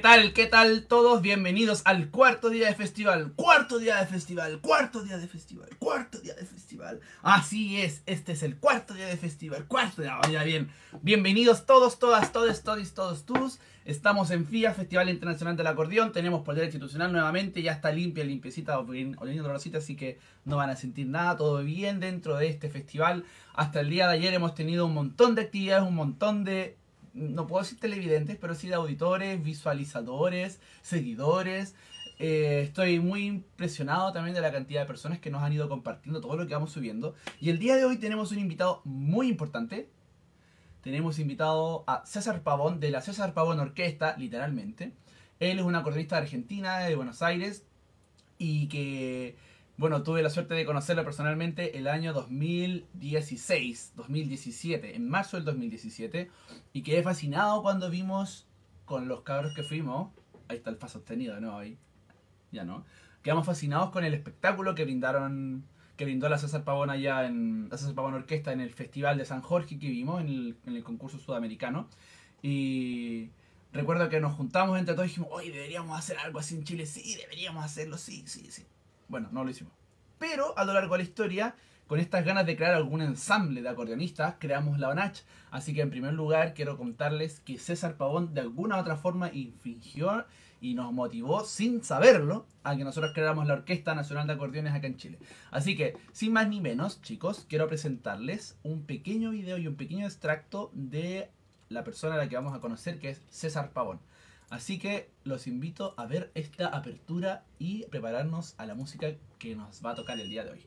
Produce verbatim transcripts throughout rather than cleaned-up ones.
tal? ¿Qué tal todos? Bienvenidos al cuarto día de festival. Cuarto día de festival. Cuarto día de festival. Cuarto día de festival. Así es, este es el cuarto día de festival. Cuarto día, vaya bien. Bienvenidos todos, todas, todos, todos, todos, todos. Estamos en F I A, Festival Internacional del Acordeón. Tenemos polera institucional nuevamente. Ya está limpia, limpiecita, oliendo dolorcita, así que no van a sentir nada. Todo bien dentro de este festival. Hasta el día de ayer hemos tenido un montón de actividades, un montón de... no puedo decir televidentes, pero sí de auditores, visualizadores, seguidores. Eh, estoy muy impresionado también de la cantidad de personas que nos han ido compartiendo todo lo que vamos subiendo. Y el día de hoy tenemos un invitado muy importante. Tenemos invitado a César Pavón, de la César Pavón Orquesta, literalmente. Él es un acordeonista de Argentina, de Buenos Aires, y que... bueno, tuve la suerte de conocerlo personalmente el año dos mil dieciséis, dos mil diecisiete, en marzo del dos mil diecisiete, y quedé fascinado cuando vimos con los cabros que fuimos, ahí está el fa sostenido, ¿no? Ahí, ya no, quedamos fascinados con el espectáculo que brindaron, que brindó la César Pavón allá en la César Pavón Orquesta en el Festival de San Jorge que vimos en el, en el concurso sudamericano, y... recuerdo que nos juntamos entre todos y dijimos, oye, deberíamos hacer algo así en Chile, sí, deberíamos hacerlo, sí, sí, sí. Bueno, no lo hicimos. Pero a lo largo de la historia, con estas ganas de crear algún ensamble de acordeonistas, creamos la ONACH. Así que en primer lugar quiero contarles que César Pavón de alguna u otra forma infringió y nos motivó, sin saberlo, a que nosotros creáramos la Orquesta Nacional de Acordeones acá en Chile. Así que, sin más ni menos, chicos, quiero presentarles un pequeño video y un pequeño extracto de la persona a la que vamos a conocer, que es César Pavón. Así que los invito a ver esta apertura y prepararnos a la música que nos va a tocar el día de hoy.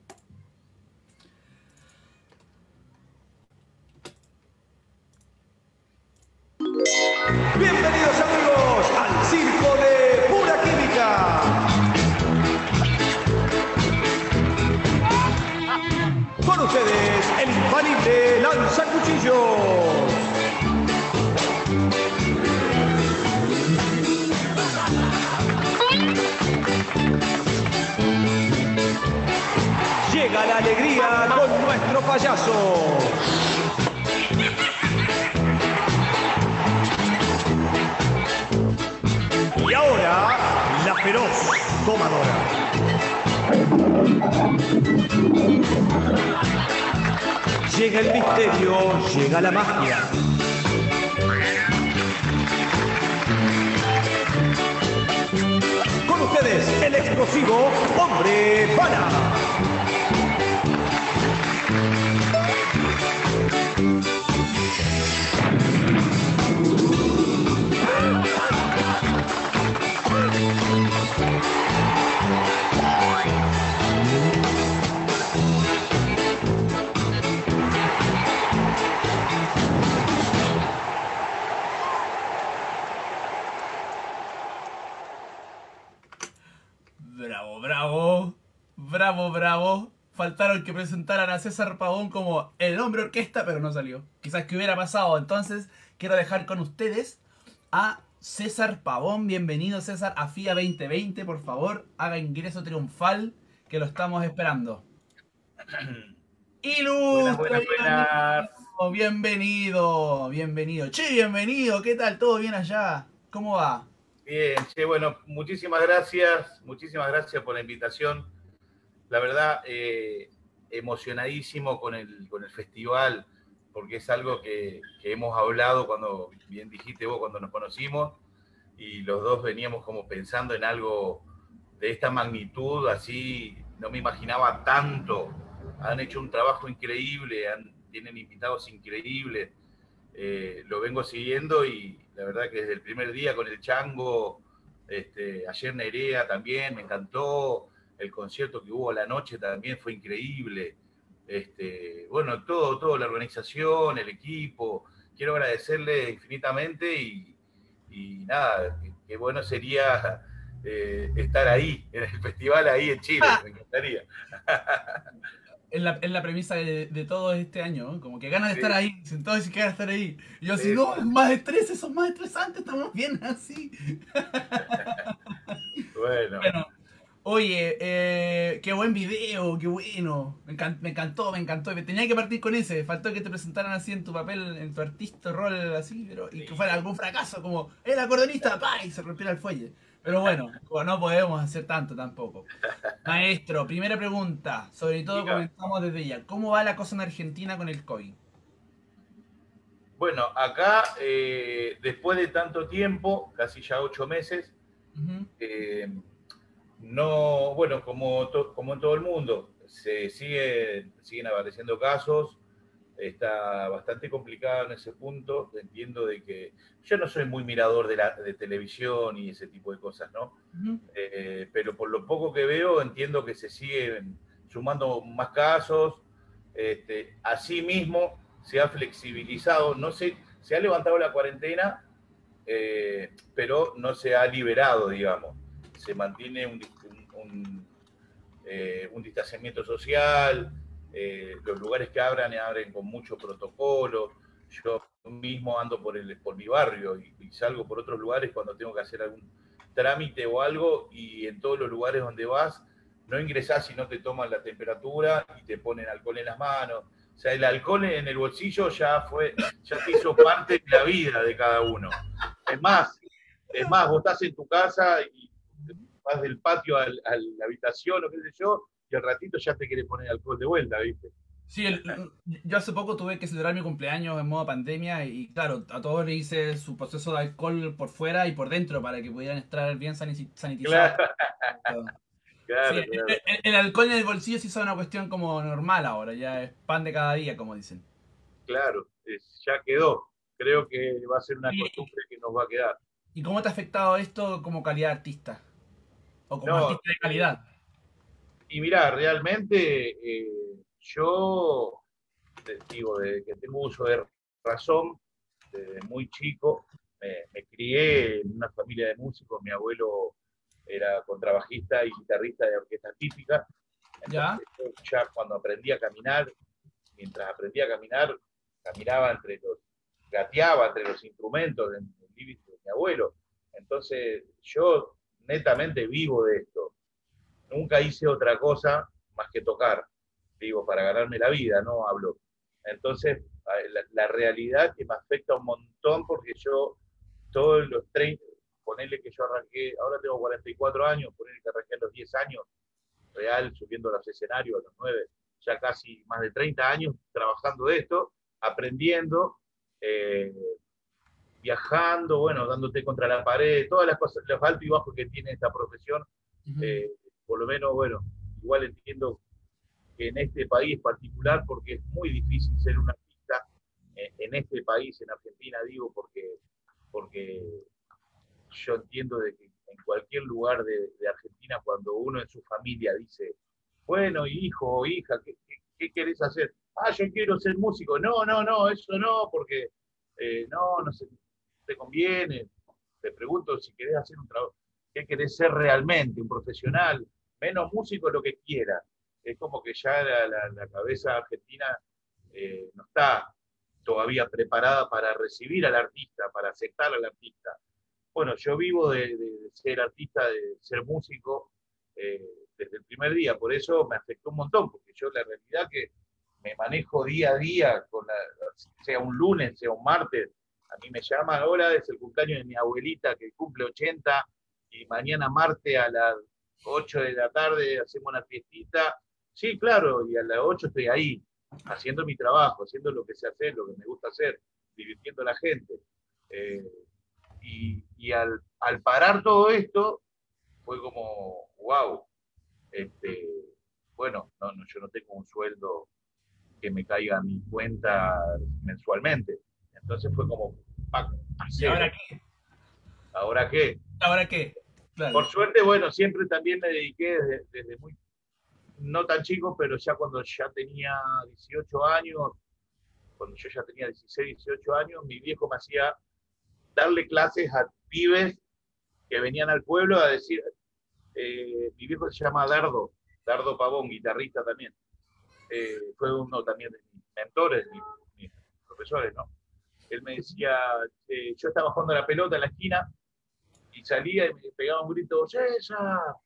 Bienvenidos amigos al Circo de Pura Química. Con ustedes, el infalible Lanzacuchillos. Llega la alegría con nuestro payaso. Y ahora, la feroz domadora. Llega el misterio, llega la magia. Con ustedes, el explosivo Hombre Bala. Bravo, bravo, bravo, bravo. Faltaron que presentaran a César Pavón como el hombre orquesta, pero no salió. Quizás que hubiera pasado. Entonces, quiero dejar con ustedes a César Pavón. Bienvenido, César, a F I A veinte veinte. Por favor, haga ingreso triunfal, que lo estamos esperando. Buenas, buenas, buenas. Bienvenido, bienvenido. Che, bienvenido. ¿Qué tal? ¿Todo bien allá? ¿Cómo va? Bien, che, bueno, muchísimas gracias, muchísimas gracias por la invitación. La verdad, eh, emocionadísimo con el, con el festival, porque es algo que, que hemos hablado cuando, bien dijiste vos, cuando nos conocimos, y los dos veníamos como pensando en algo de esta magnitud, así, no me imaginaba tanto. Han hecho un trabajo increíble, han, tienen invitados increíbles, eh, lo vengo siguiendo y la verdad que desde el primer día con el Chango, este, ayer Nerea también, me encantó, el concierto que hubo a la noche también fue increíble, este, bueno, todo, todo, la organización, el equipo, quiero agradecerle infinitamente y, y nada, qué bueno sería eh, estar ahí, en el festival ahí en Chile, me encantaría. Es la, es la premisa de, de todo este año, ¿no? Como que ganas de sí. estar ahí, dicen todos que ganas de estar ahí. Y yo, sí. Si no, es más estrés, eso es más estresante, estamos bien así. Bueno. bueno. Oye, eh, qué buen video, qué bueno. Me encan- me encantó, me encantó. Me tenía que partir con ese. Faltó que te presentaran así en tu papel, en tu artista rol, así, pero y que Sí. fuera algún fracaso, como el acordeonista, ¡pa! Y se rompiera el fuelle. Pero bueno, como no podemos hacer tanto tampoco. Maestro, primera pregunta. Sobre todo Diga. comenzamos desde ya. ¿Cómo va la cosa en Argentina con el COVID? Bueno, acá, eh, después de tanto tiempo, casi ya ocho meses, Ujú. eh, no, bueno, como, to- como en todo el mundo, se sigue, siguen apareciendo casos, está bastante complicado en ese punto, entiendo de que yo no soy muy mirador de, la, de televisión y ese tipo de cosas, ¿no? Ujú. Eh, pero por lo poco que veo entiendo que se siguen sumando más casos, este, asimismo se ha flexibilizado, no sé, se ha levantado la cuarentena, eh, pero no se ha liberado, digamos. Se mantiene un, un, un, eh, un distanciamiento social, eh, los lugares que abran, abren con mucho protocolo. Yo mismo ando por, el, por mi barrio y, y salgo por otros lugares cuando tengo que hacer algún trámite o algo, y en todos los lugares donde vas no ingresás si no te toman la temperatura y te ponen alcohol en las manos. O sea, el alcohol en el bolsillo ya fue, ya se hizo parte de la vida de cada uno. Es más, es más, vos estás en tu casa y vas del patio a la habitación o qué sé yo, y al ratito ya te quiere poner alcohol de vuelta, ¿viste? Sí, el- yo hace poco tuve que celebrar mi cumpleaños en modo pandemia y claro, a todos le hice su proceso de alcohol por fuera y por dentro para que pudieran estar bien saniti- sanitizados. Claro, Sí, claro, el, claro. el- el alcohol en el bolsillo sí es una cuestión como normal ahora, ya es pan de cada día, como dicen. Claro, es, ya quedó. Creo que va a ser una Oye, costumbre que nos va a quedar. ¿y cómo te ha afectado esto como calidad de artista? O como No, artista de eh, calidad. y mirá, realmente eh, yo te digo, desde que tengo uso de razón, desde muy chico, me, me crié en una familia de músicos. Mi abuelo era contrabajista y guitarrista de orquesta típica. ¿Ya? Entonces, yo ya cuando aprendí a caminar, mientras aprendía a caminar, caminaba entre los, gateaba entre los instrumentos del living de mi abuelo. Entonces, yo netamente vivo de esto. Nunca hice otra cosa más que tocar, digo, para ganarme la vida, no hablo. Entonces, la, la realidad que me afecta un montón, porque yo, todos los treinta, ponerle que yo arranqué, ahora tengo cuarenta y cuatro años, ponerle que arranqué a los diez años, real, subiendo a los escenarios a los nueve, ya casi más de treinta años trabajando de esto, aprendiendo, eh, viajando, bueno, dándote contra la pared, todas las cosas, los altos y bajos que tiene esta profesión, Ujú. eh, por lo menos, bueno, igual entiendo que en este país particular, porque es muy difícil ser un artista, eh, en este país, en Argentina, digo, porque, porque yo entiendo de que en cualquier lugar de, de Argentina, cuando uno en su familia dice, bueno, hijo o hija, ¿qué, qué, qué querés hacer? Ah, yo quiero ser músico. No, no, no, eso no, porque eh, no, no se, te conviene. Te pregunto si querés hacer un trabajo, ¿qué querés ser realmente? ¿Un profesional? Menos músico, lo que quiera. Es como que ya la, la, la cabeza argentina eh, no está todavía preparada para recibir al artista, para aceptar al artista. Bueno, yo vivo de, de ser artista, de ser músico, eh, desde el primer día, por eso me afectó un montón, porque yo la realidad que me manejo día a día, con la, sea un lunes, sea un martes, a mí me llaman, hola, es el cumpleaños de mi abuelita que cumple ochenta, y mañana martes a las ocho de la tarde hacemos una fiestita. Sí, claro, y a las ocho estoy ahí, haciendo mi trabajo, haciendo lo que sé hacer, lo que me gusta hacer, divirtiendo a la gente. Eh, y, y al, al, parar todo esto, fue como, wow, este, bueno, no, no, yo no tengo un sueldo que me caiga a mi cuenta mensualmente. Entonces fue como, a, a ¿Y ahora cero. qué? ¿Ahora qué? ¿Ahora qué? Por Claro. suerte, bueno, siempre también me dediqué desde, desde muy, no tan chico, pero ya cuando ya tenía dieciocho años, cuando yo ya tenía dieciséis, dieciocho años, mi viejo me hacía darle clases a pibes que venían al pueblo a decir, eh, mi viejo se llama Dardo, Dardo Pavón, guitarrista también. Eh, fue uno también de mis mentores, mis, mis profesores, ¿no? Él me decía, eh, yo estaba jugando la pelota en la esquina y salía y me pegaba un grito, César.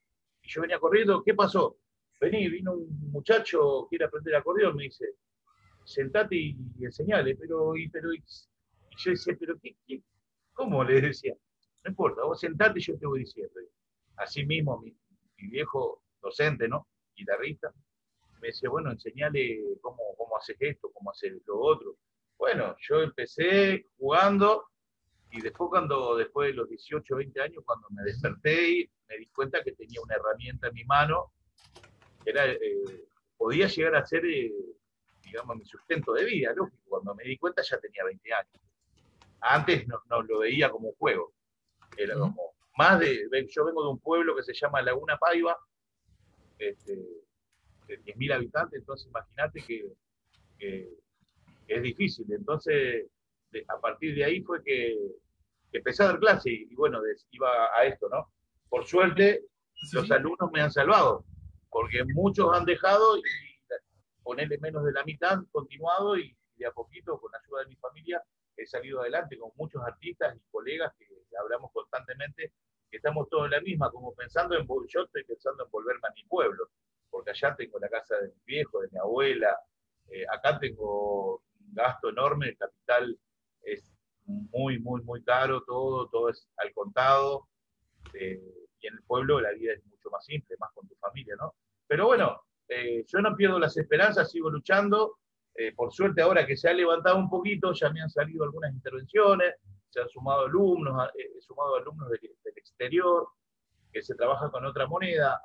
y yo venía corriendo, ¿qué pasó? Vení, vino un muchacho, quiere aprender acordeón, me dice, sentate y, y enseñale, pero, y, pero, y, y yo decía, pero ¿qué, qué? ¿Cómo? Le decía, no importa, vos sentate y yo te voy diciendo. Así mismo, mi, mi viejo docente, ¿no? Guitarrista, me decía, bueno, enseñale cómo, cómo haces esto, cómo haces lo otro. Bueno, yo empecé jugando y después cuando, después de los dieciocho, veinte años, cuando me desperté y me di cuenta que tenía una herramienta en mi mano, que era, eh, podía llegar a ser, eh, digamos, mi sustento de vida, lógico. Cuando me di cuenta ya tenía veinte años. Antes no, no lo veía como un juego. Era como, más de, yo vengo de un pueblo que se llama Laguna Paiva, este, de diez mil habitantes, entonces imagínate que, que, que es difícil. Entonces, de, a partir de ahí fue que, que empecé a dar clase y, y bueno, de, iba a esto, ¿no? Por suerte, Sí, los sí. alumnos me han salvado, porque muchos han dejado y ponerle menos de la mitad han continuado y de a poquito, con la ayuda de mi familia, he salido adelante con muchos artistas y colegas que hablamos constantemente, que estamos todos en la misma, como pensando en, yo estoy pensando en volverme a mi pueblo, porque allá tengo la casa de mi viejo, de mi abuela, eh, acá tengo un gasto enorme, el capital es muy, muy, muy caro, todo, todo es al contado, eh, y en el pueblo la vida es mucho más simple, más con tu familia, ¿no? Pero bueno, eh, yo no pierdo las esperanzas, sigo luchando, eh, por suerte ahora que se ha levantado un poquito, ya me han salido algunas intervenciones, se han sumado alumnos, eh, he sumado alumnos del, del exterior, que se trabaja con otra moneda,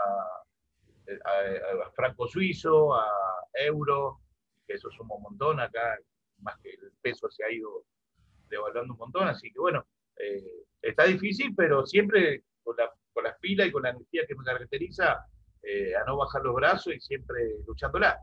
a, a, a, a franco suizo, a euro, que eso suma un montón, acá más que el peso se ha ido devaluando un montón, así que bueno, eh, está difícil, pero siempre con, la, con las pilas y con la energía que me caracteriza, eh, a no bajar los brazos y siempre luchándola.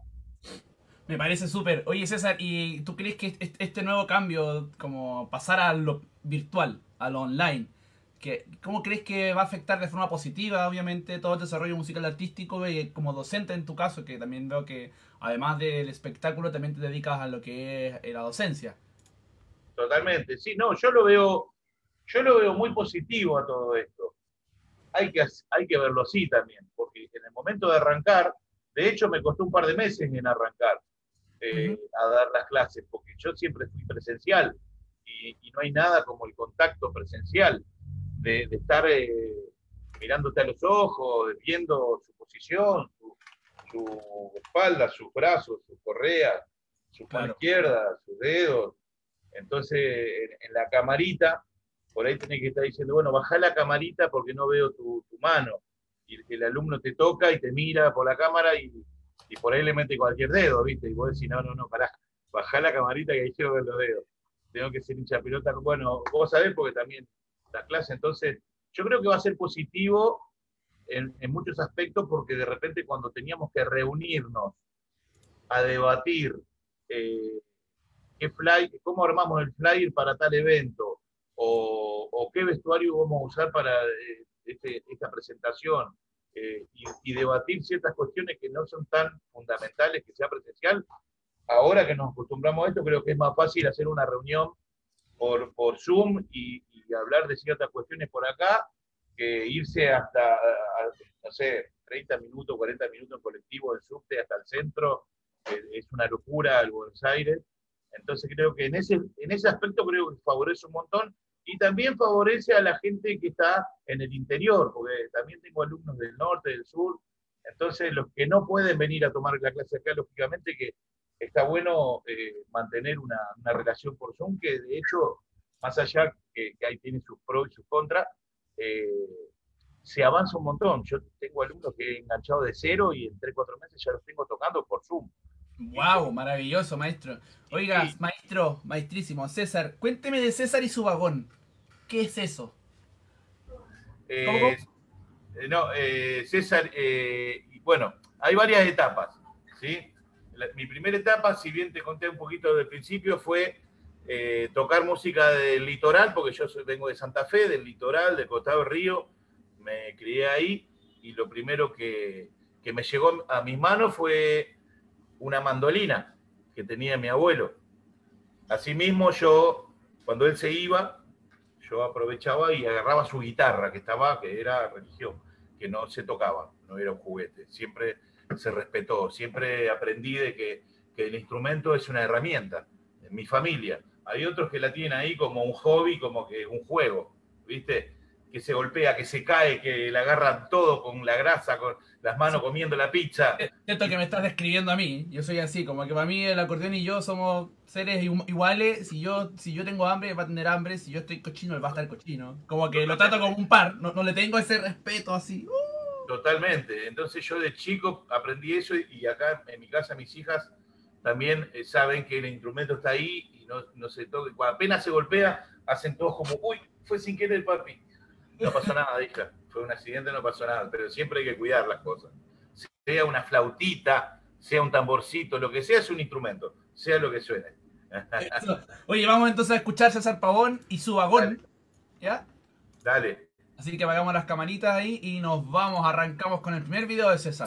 Me parece súper. Oye, César, ¿y tú crees que este nuevo cambio, como pasar a lo virtual, a lo online, que, cómo crees que va a afectar de forma positiva, obviamente, todo el desarrollo musical artístico y como docente en tu caso, que también veo que además del espectáculo también te dedicas a lo que es la docencia? Totalmente, sí, no, yo lo veo, yo lo veo muy positivo a todo esto. Hay que, hay que verlo así también, porque en el momento de arrancar, de hecho me costó un par de meses en arrancar, eh, Ujú. a dar las clases, porque yo siempre fui presencial y, y no hay nada como el contacto presencial, de, de estar eh, mirándote a los ojos, viendo su posición, su, su espalda, sus brazos, sus correas, su mano Claro. izquierda, sus dedos. Entonces, en, en la camarita, por ahí tenés que estar diciendo, bueno, bajá la camarita porque no veo tu, tu mano. Y el alumno te toca y te mira por la cámara y, y por ahí le mete cualquier dedo, ¿viste? Y vos decís, no, no, no, pará, bajá la camarita que ahí quiero ver los dedos. Tengo que ser hincha pelota. Bueno, vos sabés porque también la clase, entonces, yo creo que va a ser positivo en, en muchos aspectos porque de repente cuando teníamos que reunirnos a debatir, eh, qué fly, cómo armamos el flyer para tal evento, o, o qué vestuario vamos a usar para eh, este, esta presentación, eh, y, y debatir ciertas cuestiones que no son tan fundamentales que sea presencial. Ahora que nos acostumbramos a esto, creo que es más fácil hacer una reunión por, por Zoom y, y hablar de ciertas cuestiones por acá, que irse hasta, a, no sé, treinta minutos, cuarenta minutos en colectivo del subte hasta el centro, eh, es una locura el Buenos Aires. Entonces creo que en ese, en ese aspecto creo que favorece un montón y también favorece a la gente que está en el interior, porque también tengo alumnos del norte, del sur, entonces los que no pueden venir a tomar la clase acá, lógicamente que está bueno, eh, mantener una, una, relación por Zoom, que de hecho, más allá que, que ahí tiene sus pros y sus contras, eh, se avanza un montón. Yo tengo alumnos que he enganchado de cero y en tres, cuatro meses ya los tengo tocando por Zoom. Wow, maravilloso, maestro. Oiga, Y, maestro, maestrísimo, César, cuénteme de César y su vagón. ¿Qué es eso? ¿Cómo, eh, cómo? no, eh, César, eh, y bueno, hay varias etapas, ¿sí? La, mi primera etapa, si bien te conté un poquito desde el principio, fue eh, tocar música del litoral, porque yo vengo de Santa Fe, del litoral, del costado del río, me crié ahí, y lo primero que, que me llegó a mis manos fue una mandolina que tenía mi abuelo. Asimismo, yo, cuando él se iba, yo aprovechaba y agarraba su guitarra, que estaba, que era religión, que no se tocaban, no era un juguete. Siempre se respetó, siempre aprendí de que, que el instrumento es una herramienta. En mi familia, hay otros que la tienen ahí como un hobby, como que un juego, ¿viste? Que se golpea, que se cae, que le agarran todo con la grasa, con las manos Sí. comiendo la pizza. Esto que me estás describiendo a mí, yo soy así, como que para mí el acordeón y yo somos seres iguales. Si yo, si yo tengo hambre, él va a tener hambre. Si yo estoy cochino, él va a estar cochino. Como que lo trato como un par, no, no le tengo ese respeto así. Uh. Totalmente. Entonces yo de chico aprendí eso y acá en mi casa mis hijas también eh, saben que el instrumento está ahí y no, no se toca. Cuando apenas se golpea, hacen todos como, uy, fue sin querer, papi. No pasó nada, hija. Fue un accidente, no pasó nada. Pero siempre hay que cuidar las cosas. Sea una flautita, sea un tamborcito, lo que sea es un instrumento, sea lo que suene. Eso. Oye, vamos entonces a escuchar César Pavón y su vagón. Dale. ¿Ya? Dale. Así que apagamos las camaritas ahí y nos vamos, arrancamos con el primer video de César.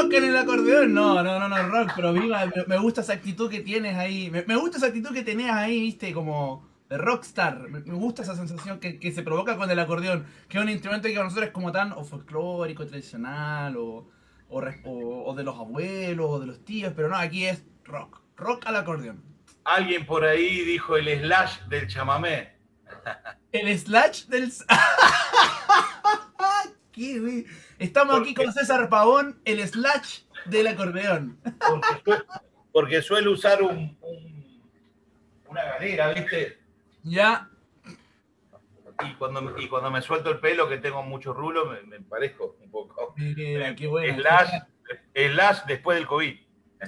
rock en el acordeón. No, no, no, no, rock, pero viva, me, me gusta esa actitud que tienes ahí. Me, me gusta esa actitud que tenías ahí, viste, como de rockstar. Me, me gusta esa sensación que, que se provoca con el acordeón, que es un instrumento que para nosotros es como tan o folclórico, tradicional, o, o, res- o- o de los abuelos, o de los tíos, pero no, aquí es rock. Rock al acordeón. Alguien por ahí dijo el slash del chamamé. El slash del... ¿Qué, güey? Estamos aquí Porque, con César Pavón, el slash del acordeón. porque, sue- porque suele usar un, un- una galera, ¿viste? Ya. Y cuando, me- y cuando me suelto el pelo, que tengo mucho rulo, me, me parezco un poco. Mira, qué buena. Qué Slash, buena. slash después del COVID.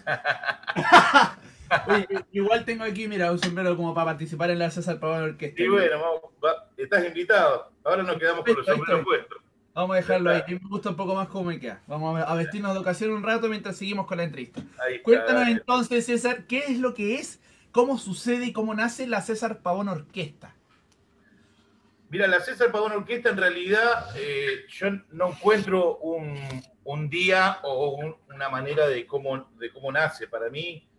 Oye, igual tengo aquí, mira, un sombrero como para participar en la César Pavón Orquesta. Y bueno, vamos, va- estás invitado. Ahora nos quedamos con los Ahí estoy. sombreros puestos. Vamos a Ya dejarlo ahí. está. A mí me gusta un poco más cómo me queda. Vamos a vestirnos de ocasión un rato mientras seguimos con la entrevista. Ahí está, Cuéntanos dale. entonces, César, ¿qué es lo que es, cómo sucede y cómo nace la César Pavón Orquesta? Mira, la César Pavón Orquesta en realidad eh, yo no encuentro un, un día o un- una manera de cómo, de cómo nace. Para mí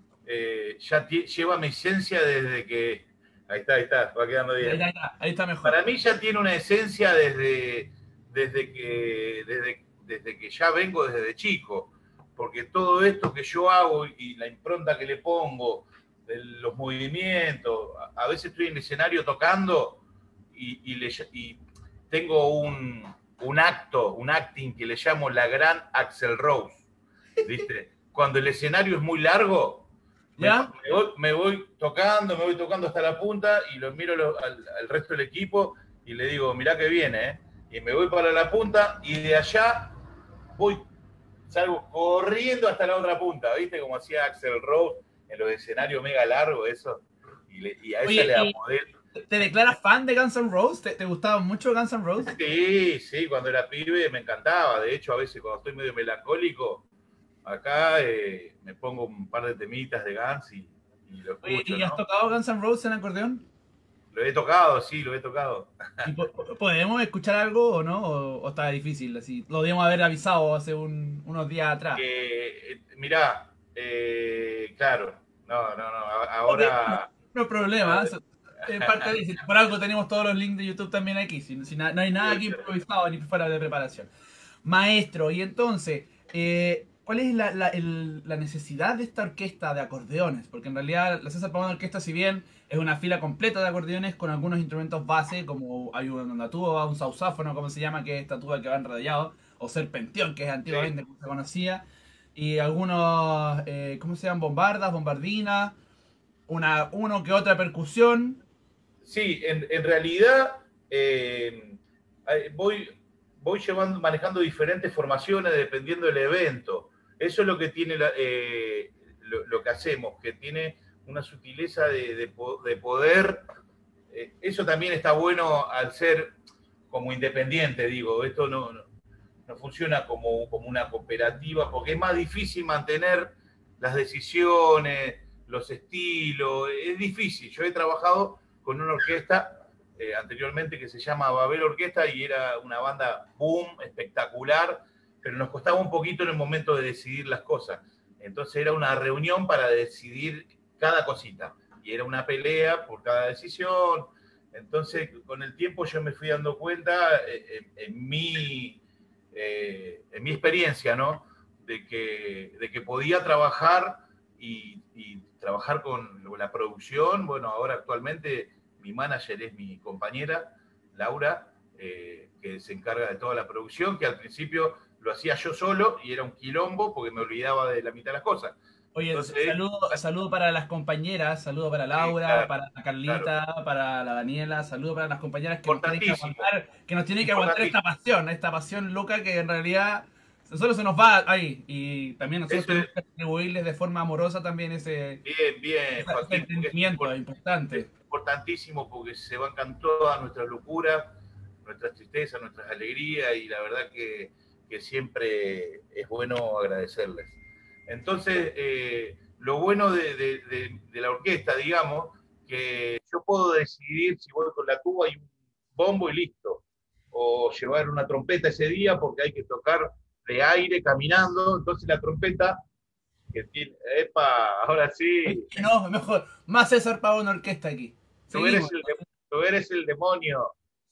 eh, ya tie- lleva mi esencia desde que... Ahí está, ahí está, va quedando Ahí bien. está, ahí está mejor. Para mí ya tiene una esencia desde, desde, que, desde, desde que ya vengo desde chico, porque todo esto que yo hago y la impronta que le pongo, de los movimientos, a, a veces estoy en el escenario tocando y, y, le, y tengo un, un acto, un acting que le llamo la gran Axl Rose, ¿viste? Cuando el escenario es muy largo, me, ¿Ya? me voy, me voy tocando, me voy tocando hasta la punta y lo miro lo- al, al resto del equipo y le digo, mirá que viene, ¿eh? Y me voy para la punta y de allá voy, salgo corriendo hasta la otra punta, ¿viste? Como hacía Axl Rose en los escenarios mega largos, eso. Y, le- y a esa Oye, le ¿y apodé. te declaras fan de Guns N' Roses? ¿Te, te gustaba mucho Guns N' Roses? Sí, sí, cuando era pibe me encantaba. De hecho, a veces cuando estoy medio melancólico, acá eh, me pongo un par de temitas de Guns y, y lo Oye, escucho, ¿y has ¿no? tocado Guns N' Roses en acordeón? Lo he tocado, sí, lo he tocado. ¿Y po- podemos escuchar algo o no? ¿O, o está difícil? Así, lo debíamos haber avisado hace un- unos días atrás. Que, eh, mirá, eh, claro, no, no, no, a- Ok, no, ahora... no hay problema. eso es parte de, si por algo tenemos todos los links de YouTube también aquí. Si, si na- no hay nada aquí improvisado ni fuera de preparación. Maestro, y entonces, eh, ¿cuál es la, la- el- la necesidad de esta orquesta de acordeones? Porque en realidad la César Pavón Orquesta, si bien es una fila completa de acordeones con algunos instrumentos base, como hay una tuba, un sausáfono, como se llama, que es esta tuba que va enrollado, o serpenteón, que es Sí, antiguamente como se conocía, y algunos, eh, ¿cómo se llaman? Bombardas, bombardinas, una, uno que otra percusión. sí, en, en realidad eh, eh, voy, voy llevando, manejando diferentes formaciones dependiendo del evento. Eso es lo que tiene la- eh, lo, lo que hacemos, que tiene una sutileza de, de po- de poder. Eh, eso también está bueno al ser como independiente, digo. Esto no, no, no funciona como, como una cooperativa, porque es más difícil mantener las decisiones, los estilos, es difícil. Yo he trabajado con una orquesta eh, anteriormente que se llama Babel Orquesta y era una banda boom, espectacular, pero nos costaba un poquito en el momento de decidir las cosas. Entonces era una reunión para decidir cada cosita y era una pelea por cada decisión. Entonces con el tiempo yo me fui dando cuenta eh, en, en mi eh, en mi experiencia, ¿no? De que, de que podía trabajar y, y trabajar con la producción. Bueno, ahora actualmente mi manager es mi compañera, Laura, eh, que se encarga de toda la producción, que al principio lo hacía yo solo y era un quilombo porque me olvidaba de la mitad de las cosas. Oye, Entonces, saludo, saludo para las compañeras, saludo para sí, Laura, claro, para la claro. Carlita, para la Daniela, saludo para las compañeras que nos tienen que Importantísimo, aguantar, que nos tienen que aguantar esta importantísimo. pasión, esta pasión loca que en realidad nosotros se nos va ahí y también nosotros Eso es tenemos que atribuirles de forma amorosa también ese, bien, bien, ese, ese Joaquín, porque es, entendimiento impor- es importante. importantísimo porque se bancan todas nuestras locuras, nuestras tristezas, nuestras alegrías y la verdad que, que siempre es bueno agradecerles. Entonces, eh, lo bueno de, de, de, de la orquesta, digamos, que yo puedo decidir si voy con la tuba y un bombo y listo, o llevar una trompeta ese día porque hay que tocar de aire caminando, entonces la trompeta, que tiene, epa, ahora sí. No, mejor, más César Pavón Orquesta aquí. Tú eres, Seguimos. el, tú eres el demonio.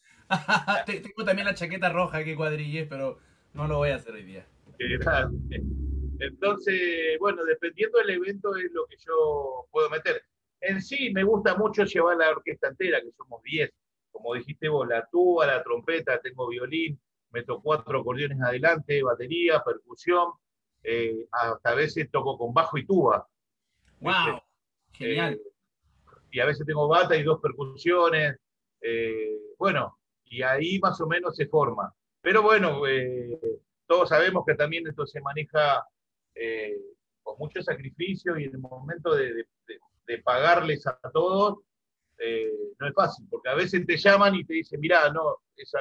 Tengo también la chaqueta roja que cuadrillé, pero no lo voy a hacer hoy día. Qué grande. Entonces, bueno, dependiendo del evento es lo que yo puedo meter. En sí, me gusta mucho llevar la orquesta entera, que somos diez. Como dijiste vos, la tuba, la trompeta, tengo violín, meto cuatro acordeones adelante, batería, percusión, eh, hasta a veces toco con bajo y tuba. ¡Wow! ¿Viste? Genial. Eh, y a veces tengo bata y dos percusiones. Eh, bueno, y ahí más o menos se forma. Pero bueno, eh, todos sabemos que también esto se maneja eh, con mucho sacrificio y en el momento de, de, de, de pagarles a todos eh, no es fácil, porque a veces te llaman y te dicen, mirá, no, esa,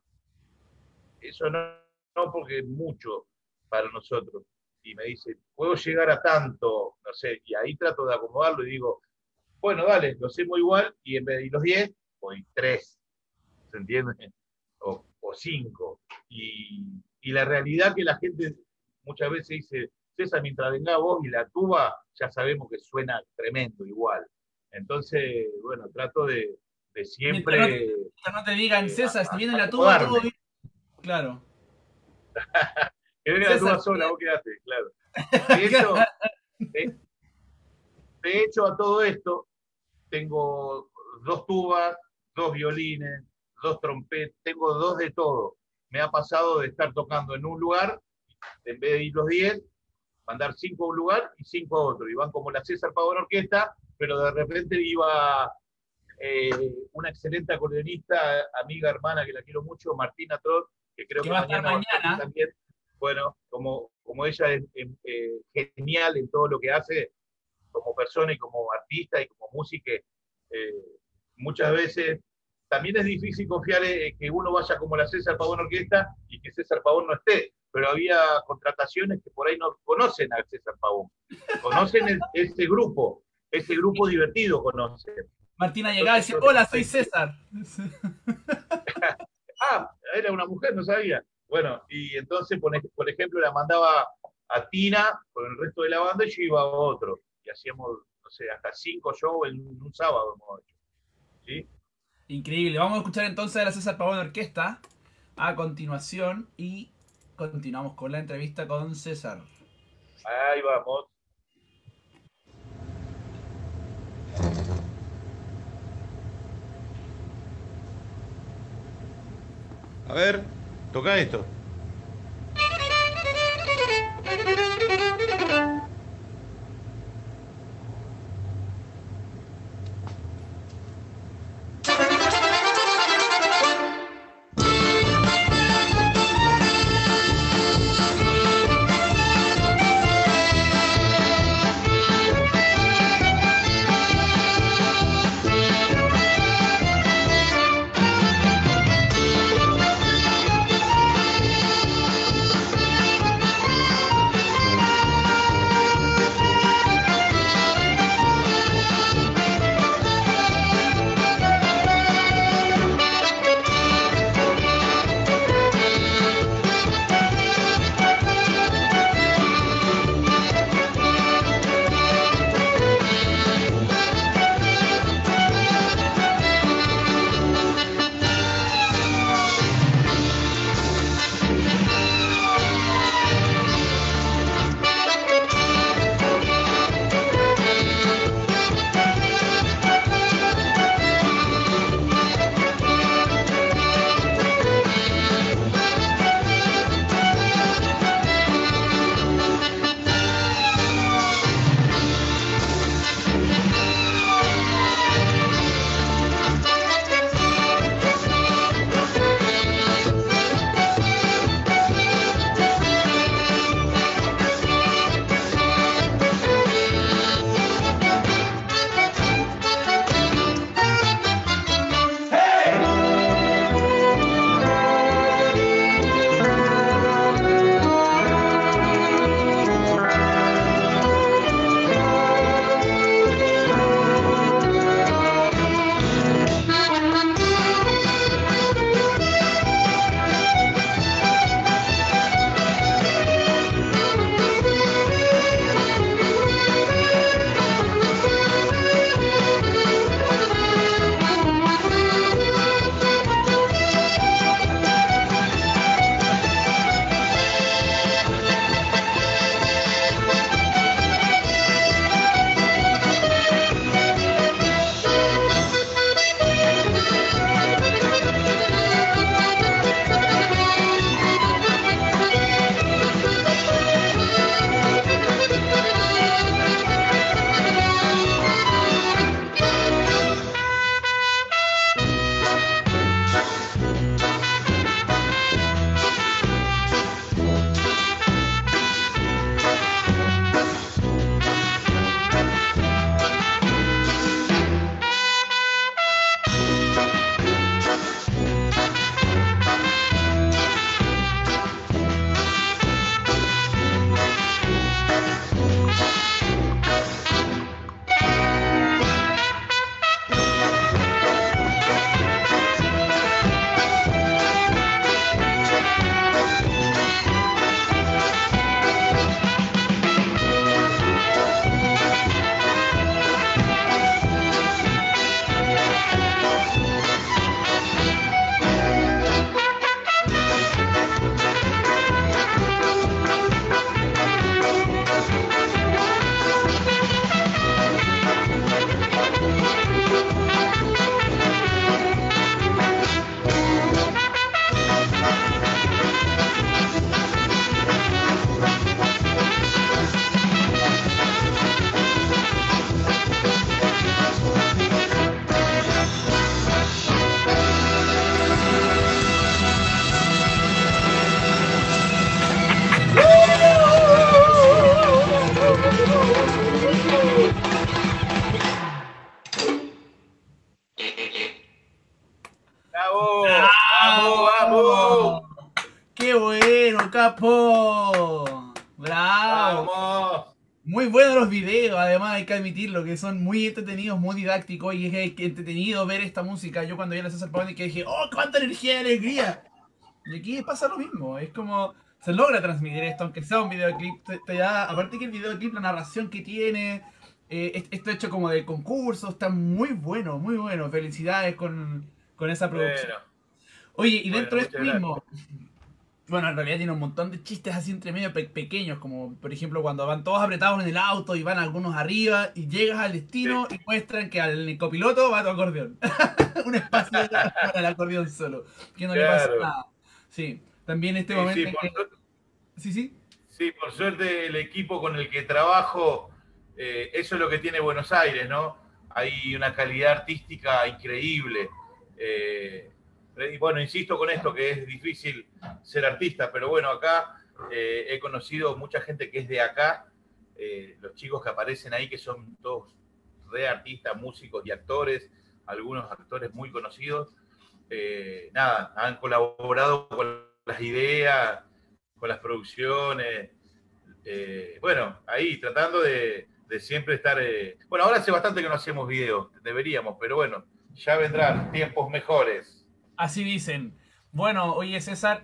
eso no, no, porque es mucho para nosotros. Y me dice, puedo llegar a tanto, no sé, y ahí trato de acomodarlo y digo, bueno, dale, lo hacemos igual, y en vez de ir los diez, voy tres, ¿se entiende? O, o cinco. Y, y la realidad que la gente muchas veces dice, César, mientras venga vos y la tuba, ya sabemos que suena tremendo igual. Entonces, bueno, trato de, de siempre... Mientras no, mientras no te digan, eh, César, a- si viene la tuba, acomodarme. todo bien. Claro. Que venga la César, tuba sola, vos quedate, claro. De hecho, de, de hecho, a todo esto, tengo dos tubas, dos violines, dos trompetas, tengo dos de todo. Me ha pasado de estar tocando en un lugar, en vez de ir los diez, mandar cinco a un lugar y cinco a otro. Y van como la César Pavón Orquesta, pero de repente iba eh, una excelente acordeonista, amiga, hermana, que la quiero mucho, Martina Trot, que creo que que va a estar mañana va a estar mañana. también. Bueno, como, como ella es eh, genial en todo lo que hace, como persona y como artista y como música, eh, muchas veces también es difícil confiar en que uno vaya como la César Pavón Orquesta y que César Pavón no esté, pero había contrataciones que por ahí no conocen a César Pavón, conocen el, ese grupo, ese grupo divertido conocen. Martina llegaba y Entonces, decía, yo, hola, soy César. ah, era una mujer, no sabía. Bueno, y entonces, por, por ejemplo, la mandaba a Tina con el resto de la banda y yo iba a otro. Y hacíamos, no sé, hasta cinco shows en un, un sábado hemos hecho. ¿Sí? Increíble. Vamos a escuchar entonces a la César Pavón Orquesta a continuación y continuamos con la entrevista con César. Ahí vamos. A ver, toca esto. Oh, Muy buenos los videos, además hay que admitirlo, que son muy entretenidos, muy didácticos y es eh, que entretenido ver esta música. Yo cuando vi a la César Pavone que dije, ¡oh, cuánta energía y alegría! Y aquí pasa lo mismo, es como se logra transmitir esto, aunque sea un videoclip, te, te da, aparte que el videoclip, la narración que tiene, eh, es- esto hecho como de concurso, está muy bueno, muy bueno. Felicidades con, con esa producción. bueno, Oye, y bueno, dentro de esto muchas gracias. mismo, bueno, en realidad tiene un montón de chistes así entre medio pe- pequeños, como por ejemplo cuando van todos apretados en el auto y van algunos arriba y llegas al Sí, destino y muestran que al copiloto va tu acordeón. Un espacio para el acordeón solo, que no le pasa claro. nada. Sí, también este Sí, sí, momento en por, que... su- Sí, sí. sí, por suerte el equipo con el que trabajo, eh, eso es lo que tiene Buenos Aires, ¿no? Hay una calidad artística increíble. Eh, y bueno, insisto con esto, que es difícil ser artista, pero bueno, acá eh, he conocido mucha gente que es de acá, eh, los chicos que aparecen ahí, que son todos re artistas, músicos y actores, algunos actores muy conocidos, eh, nada, han colaborado con las ideas, con las producciones. Eh, bueno, ahí tratando de, de siempre estar. Eh, bueno, ahora hace bastante que no hacemos videos, deberíamos, pero bueno, ya vendrán tiempos mejores. Así dicen. Bueno, oye César,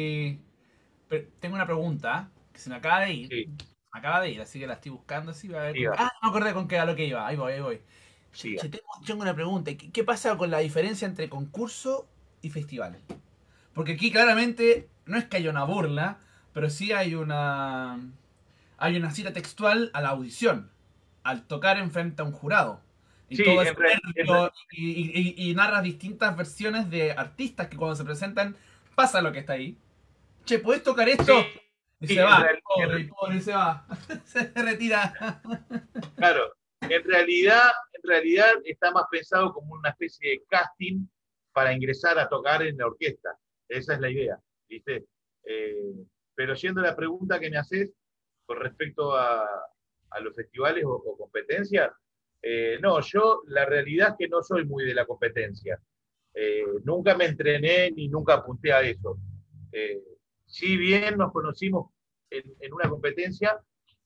y pero tengo una pregunta que se me acaba de ir. Sí, Acaba de ir, así que la estoy buscando así. A ver con... siga, Ah, no me acordé con qué a lo que iba. Ahí voy, ahí voy. Che, siga. che, tengo, tengo una pregunta. ¿Qué, qué pasa con la diferencia entre concurso y festival? Porque aquí claramente no es que haya una burla, pero sí hay una hay una cita textual a la audición, al tocar enfrente a un jurado. Y Sí, todo ese en, re- en re- nervio, y, y, y, y narras distintas versiones de artistas que cuando se presentan pasa lo que está ahí. Che, ¿puedes tocar sí, esto? Y se en, va, real- en pobre, y re- pobre, y se va. Se retira. claro, en realidad, en realidad está más pensado como una especie de casting para ingresar a tocar en la orquesta. Esa es la idea, ¿viste? Eh, pero yendo a la pregunta que me haces con respecto a, a los festivales o, o competencias, eh, no, yo la realidad es que no soy muy de la competencia. Eh, nunca me entrené ni nunca apunté a eso. Eh, si bien nos conocimos en, en una competencia,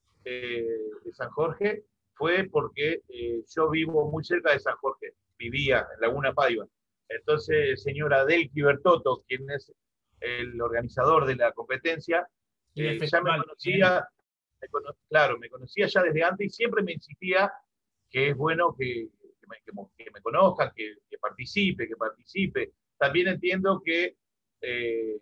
eh, de San Jorge, fue porque eh, yo vivo muy cerca de San Jorge, vivía en Laguna Paiva. Entonces, el señor Adelqui Bertotto, quien es el organizador de la competencia, Y del eh, ya me festival también. conocía, me cono- claro, me conocía ya desde antes y siempre me insistía que es bueno que, que me, que mo- que me conozcan, que, que participe, que participe. También entiendo que eh,